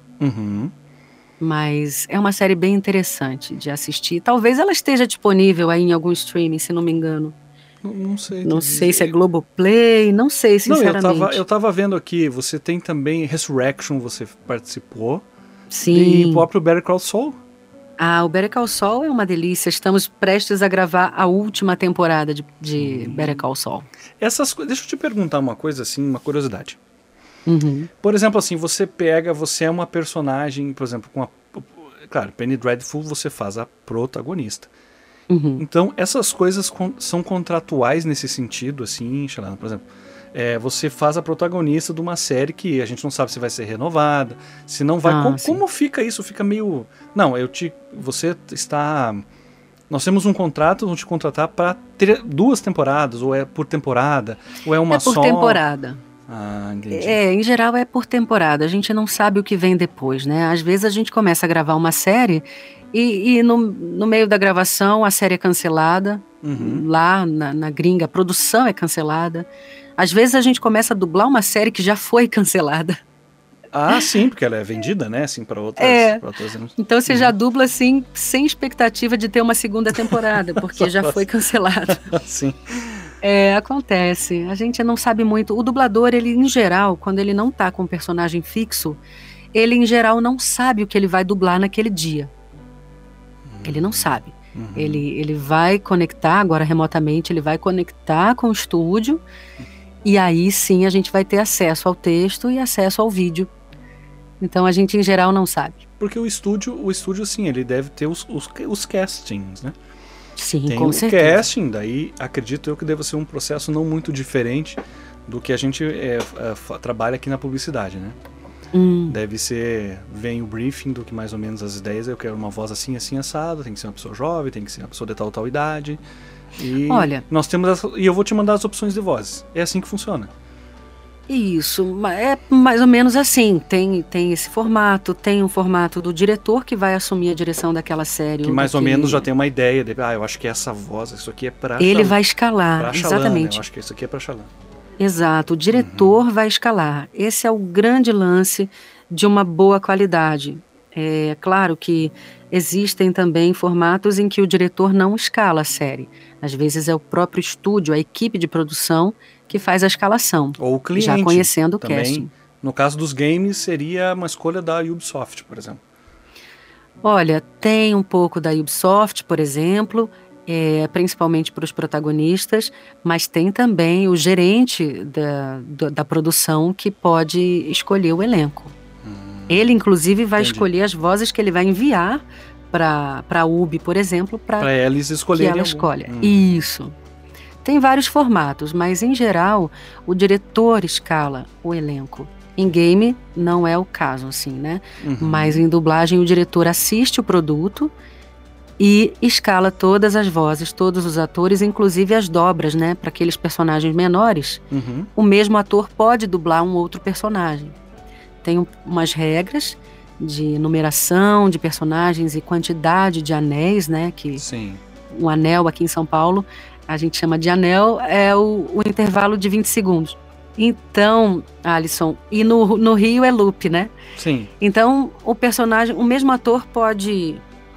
Mas é uma série bem interessante de assistir. Talvez ela esteja disponível aí em algum streaming, se não me engano. Não sei. Não sei se é Globoplay, não sei, sinceramente. Não, eu tava vendo aqui, você tem também Resurrection, você participou. Sim. E o próprio Better Call Saul. Ah, o Better Call Saul é uma delícia. Estamos prestes a gravar a última temporada de Better Call Saul. Deixa eu te perguntar uma coisa assim, uma curiosidade. Por exemplo, assim, você é uma personagem, por exemplo, claro, Penny Dreadful você faz a protagonista. Então, essas coisas são contratuais nesse sentido, assim, por exemplo, você faz a protagonista de uma série que a gente não sabe se vai ser renovada, se não vai... Como fica isso? Fica meio... Não, nós temos um contrato, vamos te contratar para ter 2 temporadas, ou é por temporada, ou é uma só... É por temporada. Ah, entendi. Em geral é por temporada, a gente não sabe o que vem depois, né? Às vezes a gente começa a gravar uma série e no meio da gravação a série é cancelada, lá na gringa a produção é cancelada. Às vezes a gente começa a dublar uma série que já foi cancelada. Ah, sim, porque ela é vendida, né, assim, para outras... Então você já dubla, assim, sem expectativa de ter uma segunda temporada, porque já foi cancelado. Sim. Acontece. A gente não sabe muito. O dublador, ele, em geral, quando ele não tá com um personagem fixo, ele, em geral, não sabe o que ele vai dublar naquele dia. Ele não sabe. Ele vai conectar, agora remotamente, ele vai conectar com o estúdio, e aí sim a gente vai ter acesso ao texto e acesso ao vídeo. Então a gente, em geral, não sabe. Porque o estúdio, sim, ele deve ter os castings, né? Sim, tem com certeza. Tem o casting, daí acredito eu que deve ser um processo não muito diferente do que a gente trabalha aqui na publicidade, né? Deve ser, vem o briefing do que mais ou menos as ideias, eu quero uma voz assim, assim, assado, tem que ser uma pessoa jovem, tem que ser uma pessoa de tal idade. E olha, nós temos e eu vou te mandar as opções de vozes. É assim que funciona. Isso, é mais ou menos assim. Tem esse formato, tem um formato do diretor que vai assumir a direção daquela série. Que mais ou menos já tem uma ideia de, eu acho que essa voz, isso aqui é para ele vai escalar, exatamente. Eu acho que isso aqui é para Shallan. Exato, o diretor vai escalar. Esse é o grande lance de uma boa qualidade. É claro que existem também formatos em que o diretor não escala a série. Às vezes é o próprio estúdio, a equipe de produção que faz a escalação. Ou o cliente. Já conhecendo o também, casting. No caso dos games, seria uma escolha da Ubisoft, por exemplo. Olha, tem um pouco da Ubisoft, por exemplo, principalmente para os protagonistas, mas tem também o gerente da produção que pode escolher o elenco. Ele, inclusive, vai escolher as vozes que ele vai enviar para a UB, por exemplo, para eles escolherem. Que ela escolha. Isso. Tem vários formatos, mas, em geral, o diretor escala o elenco. Em game, não é o caso, assim, né? Mas em dublagem, o diretor assiste o produto e escala todas as vozes, todos os atores, inclusive as dobras, né? Para aqueles personagens menores, o mesmo ator pode dublar um outro personagem. Tem umas regras de numeração de personagens e quantidade de anéis, né? Sim. Um anel aqui em São Paulo, a gente chama de anel, é o intervalo de 20 segundos. Então, Alisson, e no Rio é loop, né? Sim. Então, o mesmo ator pode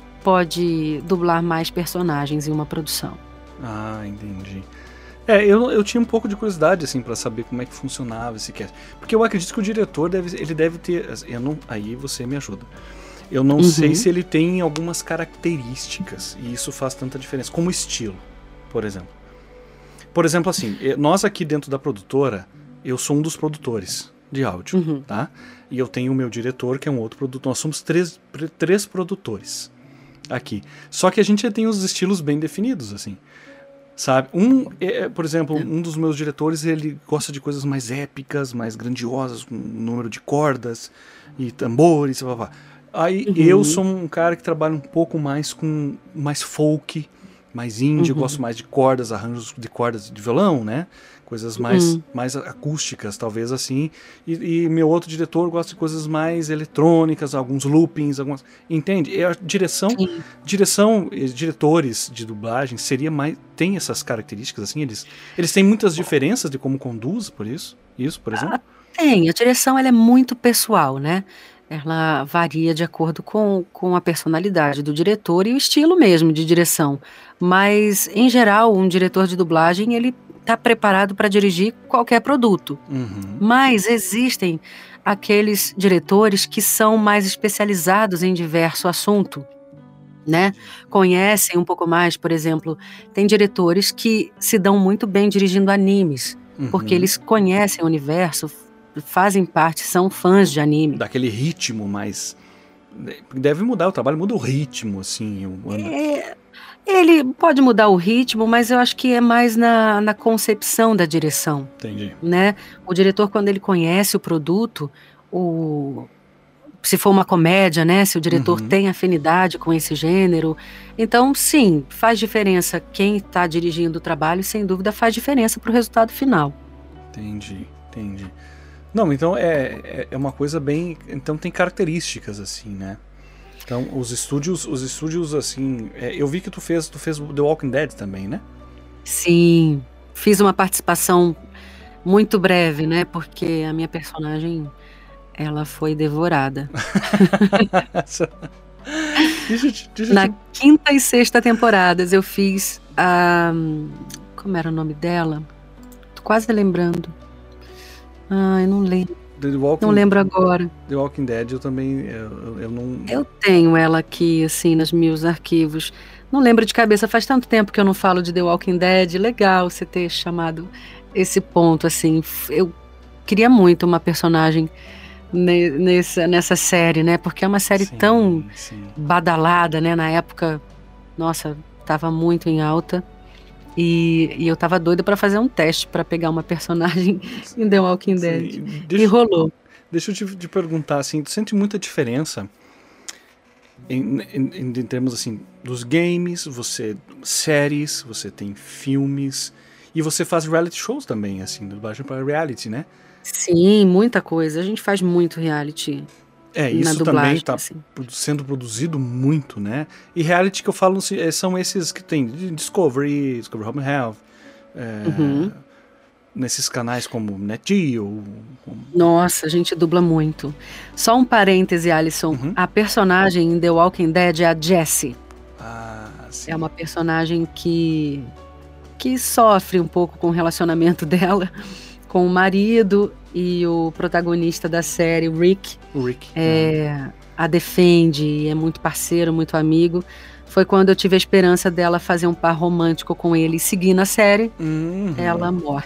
dublar mais personagens em uma produção. Ah, entendi. Eu tinha um pouco de curiosidade, assim, para saber como é que funcionava esse cast. Porque eu acredito que o diretor deve ter... aí você me ajuda. Eu não sei se ele tem algumas características, e isso faz tanta diferença, como estilo, por exemplo. Por exemplo, assim, nós aqui dentro da produtora, eu sou um dos produtores de áudio, tá? E eu tenho o meu diretor, que é um outro produtor. Nós somos três produtores aqui. Só que a gente já tem os estilos bem definidos, assim. sabe? Por exemplo, um dos meus diretores, ele gosta de coisas mais épicas, mais grandiosas, com um número de cordas e tambores, blá, blá, blá. Aí eu sou um cara que trabalha um pouco mais com mais folk, mais indie, eu gosto mais de cordas, arranjos de cordas de violão, né? Coisas mais acústicas, talvez assim. E meu outro diretor gosta de coisas mais eletrônicas, alguns loopings, algumas... Entende? E a diretores de dublagem seria mais... Tem essas características, assim? Eles têm muitas diferenças de como conduz, por isso? Isso, por exemplo? Tem. A direção, ela é muito pessoal, né? Ela varia de acordo com a personalidade do diretor e o estilo mesmo de direção. Mas, em geral, um diretor de dublagem, ele está preparado para dirigir qualquer produto. Mas existem aqueles diretores que são mais especializados em diverso assunto, né? Conhecem um pouco mais, por exemplo, tem diretores que se dão muito bem dirigindo animes, porque eles conhecem o universo, fazem parte, são fãs de anime. Daquele ritmo mais... Deve mudar o trabalho, muda o ritmo, assim. Ele pode mudar o ritmo, mas eu acho que é mais na concepção da direção. Entendi. Né? O diretor, quando ele conhece o produto, se for uma comédia, né? Se o diretor tem afinidade com esse gênero. Então, sim, faz diferença quem está dirigindo o trabalho, sem dúvida faz diferença para o resultado final. Entendi. Não, então é uma coisa bem... Então tem características, assim, né? Então, os estúdios assim... eu vi que tu fez The Walking Dead também, né? Sim, fiz uma participação muito breve, né? Porque a minha personagem, ela foi devorada. Na quinta e sexta temporadas eu fiz a... Como era o nome dela? Tô quase lembrando. Ai, não lembro. Não lembro agora. The Walking Dead eu também... Eu não... Eu tenho ela aqui, assim, nos meus arquivos. Não lembro de cabeça, faz tanto tempo que eu não falo de The Walking Dead. Legal você ter chamado esse ponto, assim. Eu queria muito uma personagem nessa série, né? Porque é uma série tão badalada, né? Na época, nossa, estava muito em alta. E eu tava doida pra fazer um teste pra pegar uma personagem em The Walking Dead. E rolou. Deixa eu te perguntar, assim, tu sente muita diferença em termos, assim, dos games, séries, você tem filmes, e você faz reality shows também, assim, dublagem pra reality, né? Sim, muita coisa. A gente faz muito reality. Isso dublagem, também está sendo produzido muito, né? E reality que eu falo são esses que tem Discovery Home and Health, nesses canais como NetGeo. Nossa, a gente dubla muito. Só um parêntese, Alisson. A personagem em The Walking Dead é a Jessie. É uma personagem que sofre um pouco com o relacionamento dela com o marido, e o protagonista da série, o Rick, a defende, é muito parceiro, muito amigo. Foi quando eu tive a esperança dela fazer um par romântico com ele e seguir na série, ela morre.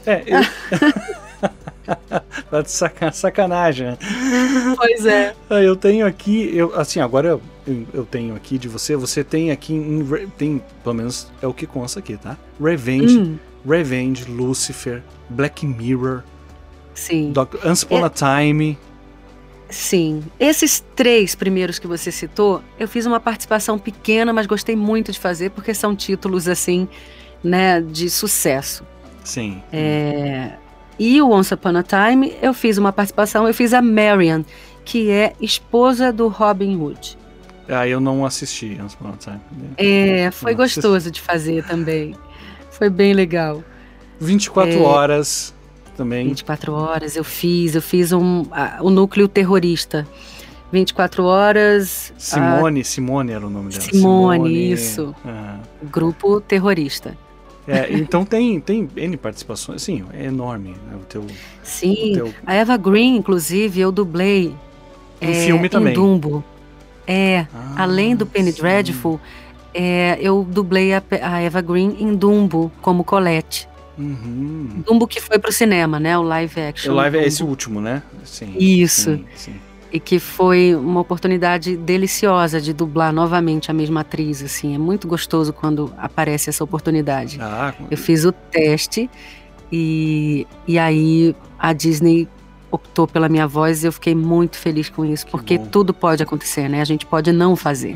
Sacanagem, né? Pois é. Eu tenho aqui, agora eu tenho aqui de você tem aqui, tem, pelo menos é o que consta aqui, tá? Revenge, Lucifer, Black Mirror, sim. Once Upon a Time. Sim. Esses 3 primeiros que você citou, eu fiz uma participação pequena, mas gostei muito de fazer, porque são títulos, assim, né, de sucesso. Sim. E o Once Upon a Time, eu fiz uma participação, eu fiz a Marian, que é esposa do Robin Hood. Eu não assisti Once Upon a Time. Foi gostoso de fazer também. Foi bem legal. 24 horas também. 24 horas eu fiz o núcleo terrorista. 24 horas... Simone era o nome dela. Simone. Isso. Grupo terrorista. Então tem N participações, sim, é enorme, né, Sim, a Eva Green, inclusive, eu dublei filme também. Em Dumbo. Além do Penny Dreadful, eu dublei a Eva Green em Dumbo, como Colette. Dumbo que foi pro cinema, né? O live action. O live é esse último, né? Sim. Isso. Sim. E que foi uma oportunidade deliciosa de dublar novamente a mesma atriz, assim. É muito gostoso quando aparece essa oportunidade. Eu fiz o teste e aí a Disney optou pela minha voz e eu fiquei muito feliz com isso, porque tudo pode acontecer, né? A gente pode não fazer.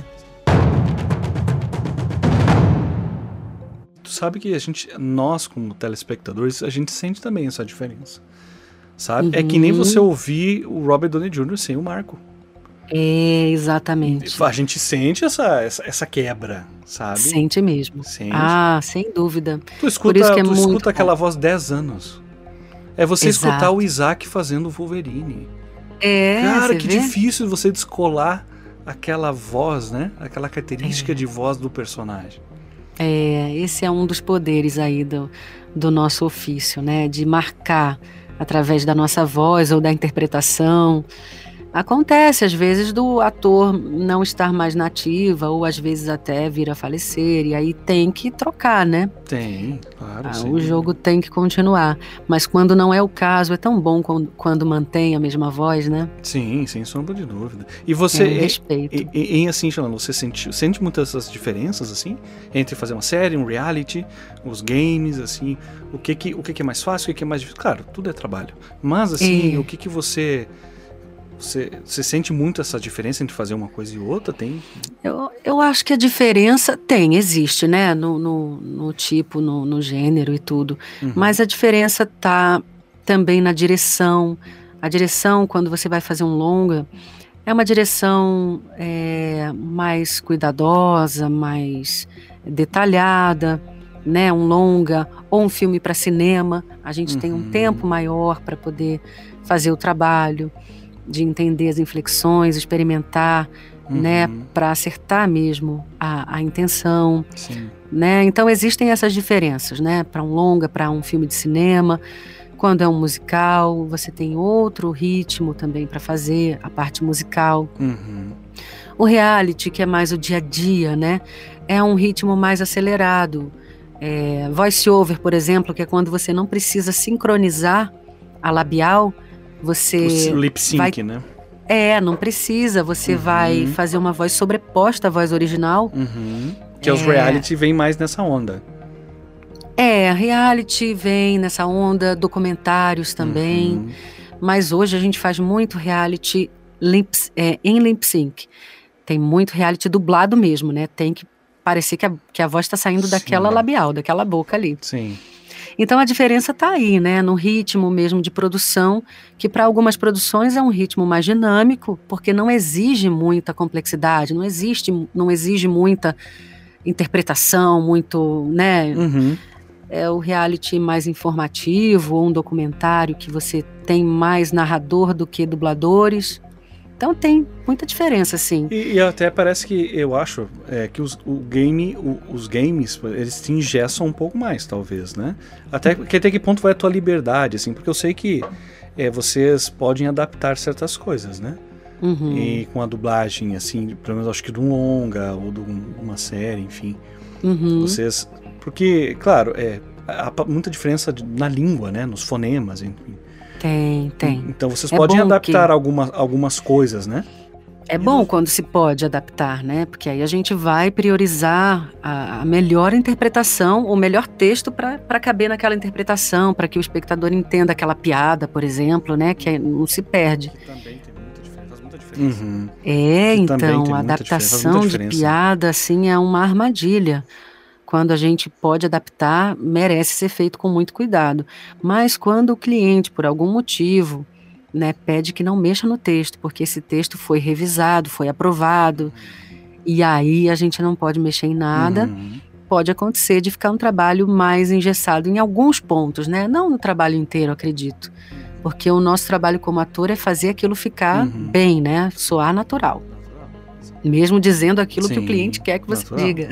Tu sabe que nós como telespectadores, a gente sente também essa diferença. Sabe? É que nem você ouvir o Robert Downey Jr. sem o Marco. É, exatamente. A gente sente essa quebra, sabe? Sente mesmo. Sente. Ah, sem dúvida. Tu escuta aquela voz 10 anos. É você escutar o Isaac fazendo o Wolverine. Cara, que difícil você descolar aquela voz, né? Aquela característica de voz do personagem. Esse é um dos poderes aí do nosso ofício, né? De marcar através da nossa voz ou da interpretação. Acontece, às vezes, do ator não estar mais na ativa, ou às vezes até vir a falecer, e aí tem que trocar, né? Tem, claro. O jogo tem que continuar. Mas quando não é o caso, é tão bom quando mantém a mesma voz, né? Sim, sem sombra de dúvida. E você, respeito. Assim, Shalana, você sente muitas essas diferenças, assim, entre fazer uma série, um reality, os games, assim, o que é mais fácil, o que é mais difícil? Claro, tudo é trabalho. Mas, assim, o que você sente muito essa diferença entre fazer uma coisa e outra? Tem? Eu acho que a diferença existe, né? No tipo, no gênero e tudo. Mas a diferença tá também na direção. A direção, quando você vai fazer um longa, é uma direção mais cuidadosa, mais detalhada, né? Um longa ou um filme para cinema. A gente tem um tempo maior para poder fazer o trabalho, de entender as inflexões, experimentar, né, para acertar mesmo a intenção. Sim. Né? Então existem essas diferenças, né, para um longa, para um filme de cinema. Quando é um musical, você tem outro ritmo também para fazer, a parte musical. O reality, que é mais o dia a dia, né, é um ritmo mais acelerado. Voice over, por exemplo, que é quando você não precisa sincronizar a labial, você o lip sync, né? Não precisa, você vai fazer uma voz sobreposta à voz original. Que os reality vem mais nessa onda. Reality vem nessa onda, documentários também. Mas hoje a gente faz muito reality em lip sync. Tem muito reality dublado mesmo, né? Tem que parecer que a voz está saindo daquela labial, daquela boca ali. Sim. Então a diferença está aí, né, no ritmo mesmo de produção, que para algumas produções é um ritmo mais dinâmico, porque não exige muita complexidade, não exige muita interpretação, muito, né? É o reality mais informativo, ou um documentário que você tem mais narrador do que dubladores. Então tem muita diferença, sim. E até parece que, eu acho, que os games, eles te engessam um pouco mais, talvez, né? Até que ponto vai a tua liberdade, assim, porque eu sei que vocês podem adaptar certas coisas, né? E com a dublagem, assim, pelo menos acho que de um longa, ou de uma série, enfim. Vocês... Porque, claro, há muita diferença na língua, né? Nos fonemas, enfim. Tem. Então vocês podem adaptar algumas coisas, né? É bom quando se pode adaptar, né? Porque aí a gente vai priorizar a melhor interpretação, o melhor texto para caber naquela interpretação, para que o espectador entenda aquela piada, por exemplo, né? Que não se perde. Que também tem muita diferença, faz muita diferença. Então, a adaptação de piada, assim, é uma armadilha. Quando a gente pode adaptar, merece ser feito com muito cuidado. Mas quando o cliente, por algum motivo, né, pede que não mexa no texto, porque esse texto foi revisado, foi aprovado, e aí a gente não pode mexer em nada, pode acontecer de ficar um trabalho mais engessado em alguns pontos, né? Não no trabalho inteiro, acredito. Porque o nosso trabalho como ator é fazer aquilo ficar bem, né? Soar natural. Mesmo dizendo aquilo que o cliente quer que você diga.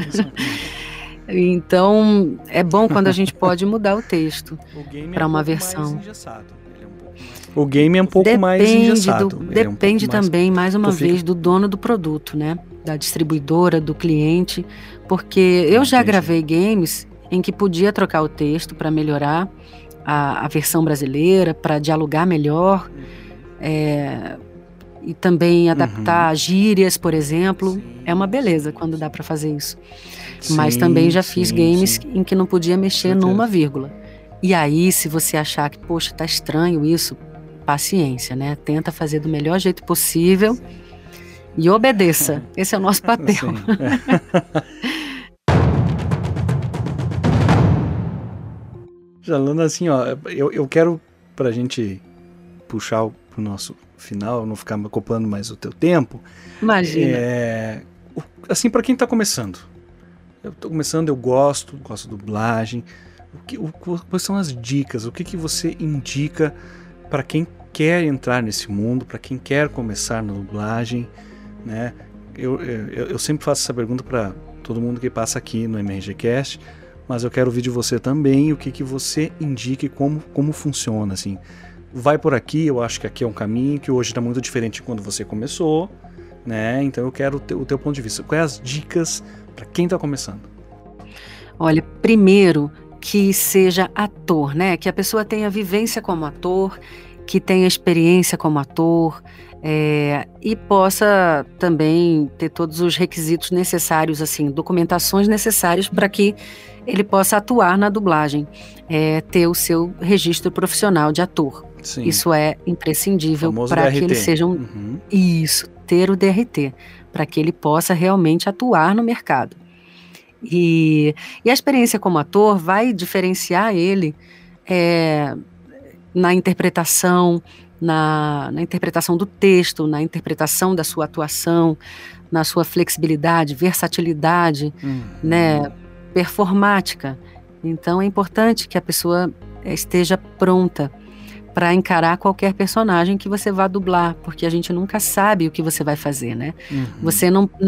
Então, é bom quando a gente pode mudar o texto para uma versão. O game é um pouco mais engessado. Depende também, mais uma vez, do dono do produto, né? Da distribuidora, do cliente. Porque eu já gravei games em que podia trocar o texto para melhorar a versão brasileira, para dialogar melhor. e também adaptar gírias, por exemplo. É uma beleza quando dá para fazer isso. Mas também já fiz games em que não podia mexer numa vírgula. E aí, se você achar que, poxa, tá estranho isso, paciência, né? Tenta fazer do melhor jeito possível e obedeça. Esse é o nosso papel. Jalana, assim, ó, eu quero, pra gente puxar pro nosso final, não ficar ocupando mais o teu tempo. Imagina. Assim, pra quem tá começando. Eu tô começando, eu gosto de dublagem. Quais são as dicas? O que você indica para quem quer entrar nesse mundo, para quem quer começar na dublagem, né? Eu sempre faço essa pergunta para todo mundo que passa aqui no MRGcast, mas eu quero ouvir de você também o que você indica e como funciona, assim. Vai por aqui, eu acho que aqui é um caminho que hoje está muito diferente de quando você começou, né? Então eu quero o teu ponto de vista. Quais as dicas para quem está começando? Olha, primeiro que seja ator, né? Que a pessoa tenha vivência como ator, que tenha experiência como ator, e possa também ter todos os requisitos necessários, assim, documentações necessárias para que ele possa atuar na dublagem, ter o seu registro profissional de ator. Sim. Isso é imprescindível para que ele seja Isso, ter o DRT, para que ele possa realmente atuar no mercado. E a experiência como ator vai diferenciar ele na interpretação, na interpretação do texto, na interpretação da sua atuação, na sua flexibilidade, versatilidade, né, performática. Então é importante que a pessoa esteja pronta para encarar qualquer personagem que você vá dublar, porque a gente nunca sabe o que você vai fazer, né? Você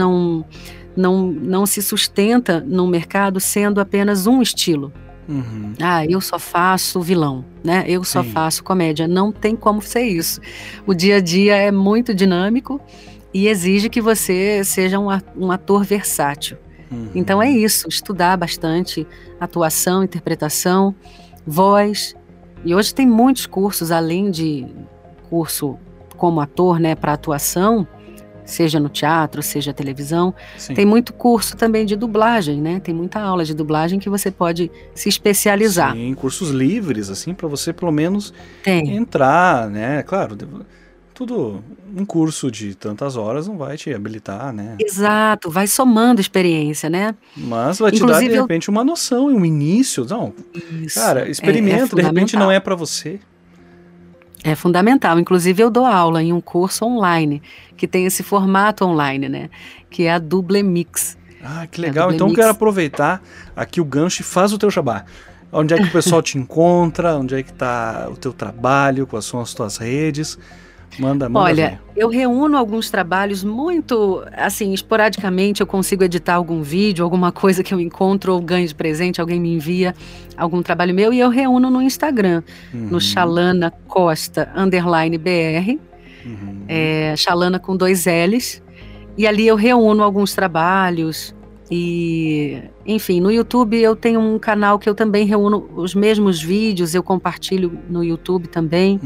não se sustenta no mercado sendo apenas um estilo. Eu só faço vilão, né? Eu só faço comédia. Não tem como ser isso. O dia a dia é muito dinâmico e exige que você seja um ator versátil. Então é isso, estudar bastante atuação, interpretação, voz. E hoje tem muitos cursos, além de curso como ator, né, para atuação, seja no teatro, seja televisão. Tem muito curso também de dublagem, né? Tem muita aula de dublagem que você pode se especializar. Sim, cursos livres, assim, para você pelo menos entrar, né? Claro, tudo, um curso de tantas horas não vai te habilitar, né? Exato, vai somando experiência, né? Mas vai te dar, de repente, uma noção e um início. Não, cara, experimenta, de repente não é para você. É fundamental. Inclusive, eu dou aula em um curso online, que tem esse formato online, né? Que é a Dublemix. Ah, que legal. Então, quero aproveitar aqui o gancho e faz o teu jabá. Onde é que o pessoal te encontra? Onde é que está o teu trabalho? Quais são as tuas redes? Manda Olha, ver. Eu reúno alguns trabalhos muito, assim, esporadicamente eu consigo editar algum vídeo, alguma coisa que eu encontro ou ganho de presente, alguém me envia algum trabalho meu e eu reúno no Instagram, no Chalana Costa _BR, Chalana com 2 L's, e ali eu reúno alguns trabalhos e, enfim, no YouTube eu tenho um canal que eu também reúno os mesmos vídeos, eu compartilho no YouTube também.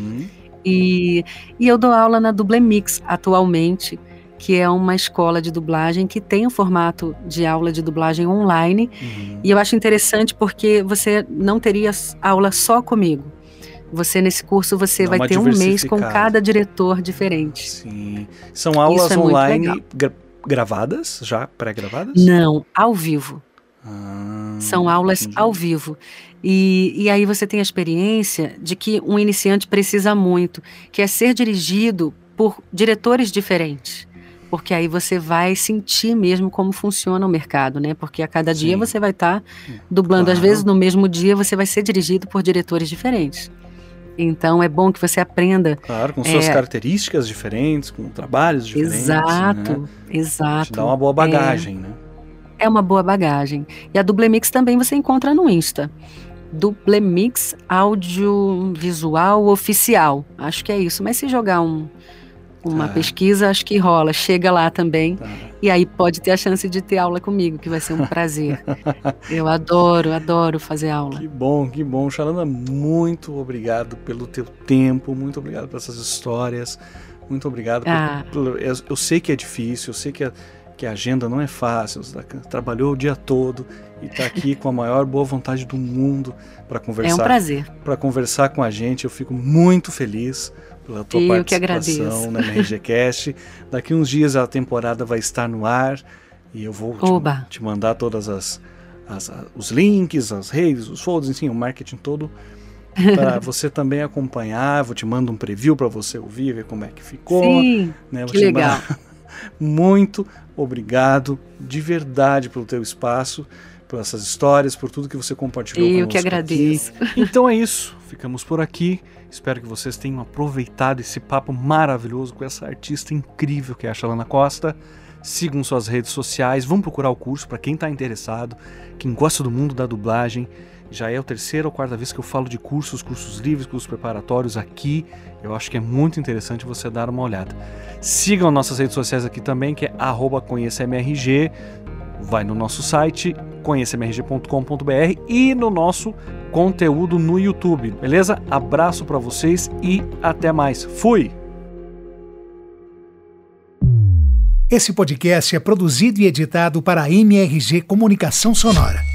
E eu dou aula na Dublemix atualmente, que é uma escola de dublagem que tem um formato de aula de dublagem online. E eu acho interessante porque você não teria aula só comigo. Você, nesse curso, você vai ter um mês com cada diretor diferente. Sim. São aulas online gravadas, já pré-gravadas? Não, ao vivo. São aulas ao vivo. E aí você tem a experiência de que um iniciante precisa muito, que é ser dirigido por diretores diferentes. Porque aí você vai sentir mesmo como funciona o mercado, né? Porque a cada dia você vai estar dublando. Às vezes, no mesmo dia, você vai ser dirigido por diretores diferentes. Então, é bom que você aprenda... Claro, com suas características diferentes, com trabalhos diferentes. Exato, né? exato. Te dá uma boa bagagem, né? É uma boa bagagem. E a Dublemix também você encontra no Insta. Dublemix Audiovisual Oficial. Acho que é isso. Mas se jogar uma pesquisa, acho que rola. Chega lá também. E aí pode ter a chance de ter aula comigo, que vai ser um prazer. Eu adoro fazer aula. Que bom. Chalana, muito obrigado pelo teu tempo. Muito obrigado por essas histórias. Muito obrigado. Eu sei que é difícil, eu sei que a agenda não é fácil, você trabalhou o dia todo e está aqui com a maior boa vontade do mundo para conversar. É um prazer. Para conversar com a gente, eu fico muito feliz pela tua participação na MRGcast. Daqui uns dias a temporada vai estar no ar e eu vou te mandar todas os links, as redes, os folders, enfim, o marketing todo para você também acompanhar. Vou te mandar um preview para você ouvir, ver como é que ficou. Sim, né? Que legal. Muito obrigado de verdade pelo teu espaço, por essas histórias, por tudo que você compartilhou conosco. Eu que agradeço. Aqui. Então é isso, ficamos por aqui. Espero que vocês tenham aproveitado esse papo maravilhoso com essa artista incrível que é a Xalana Costa. Sigam suas redes sociais, vão procurar o curso para quem está interessado, quem gosta do mundo da dublagem. Já é a 3ª ou 4ª vez que eu falo de cursos livres, cursos preparatórios aqui. Eu acho que é muito interessante você dar uma olhada. Sigam nossas redes sociais aqui também, que é @conhecamrg. Vai no nosso site, conhecamrg.com.br e no nosso conteúdo no YouTube, beleza? Abraço para vocês e até mais. Fui! Esse podcast é produzido e editado para a MRG Comunicação Sonora.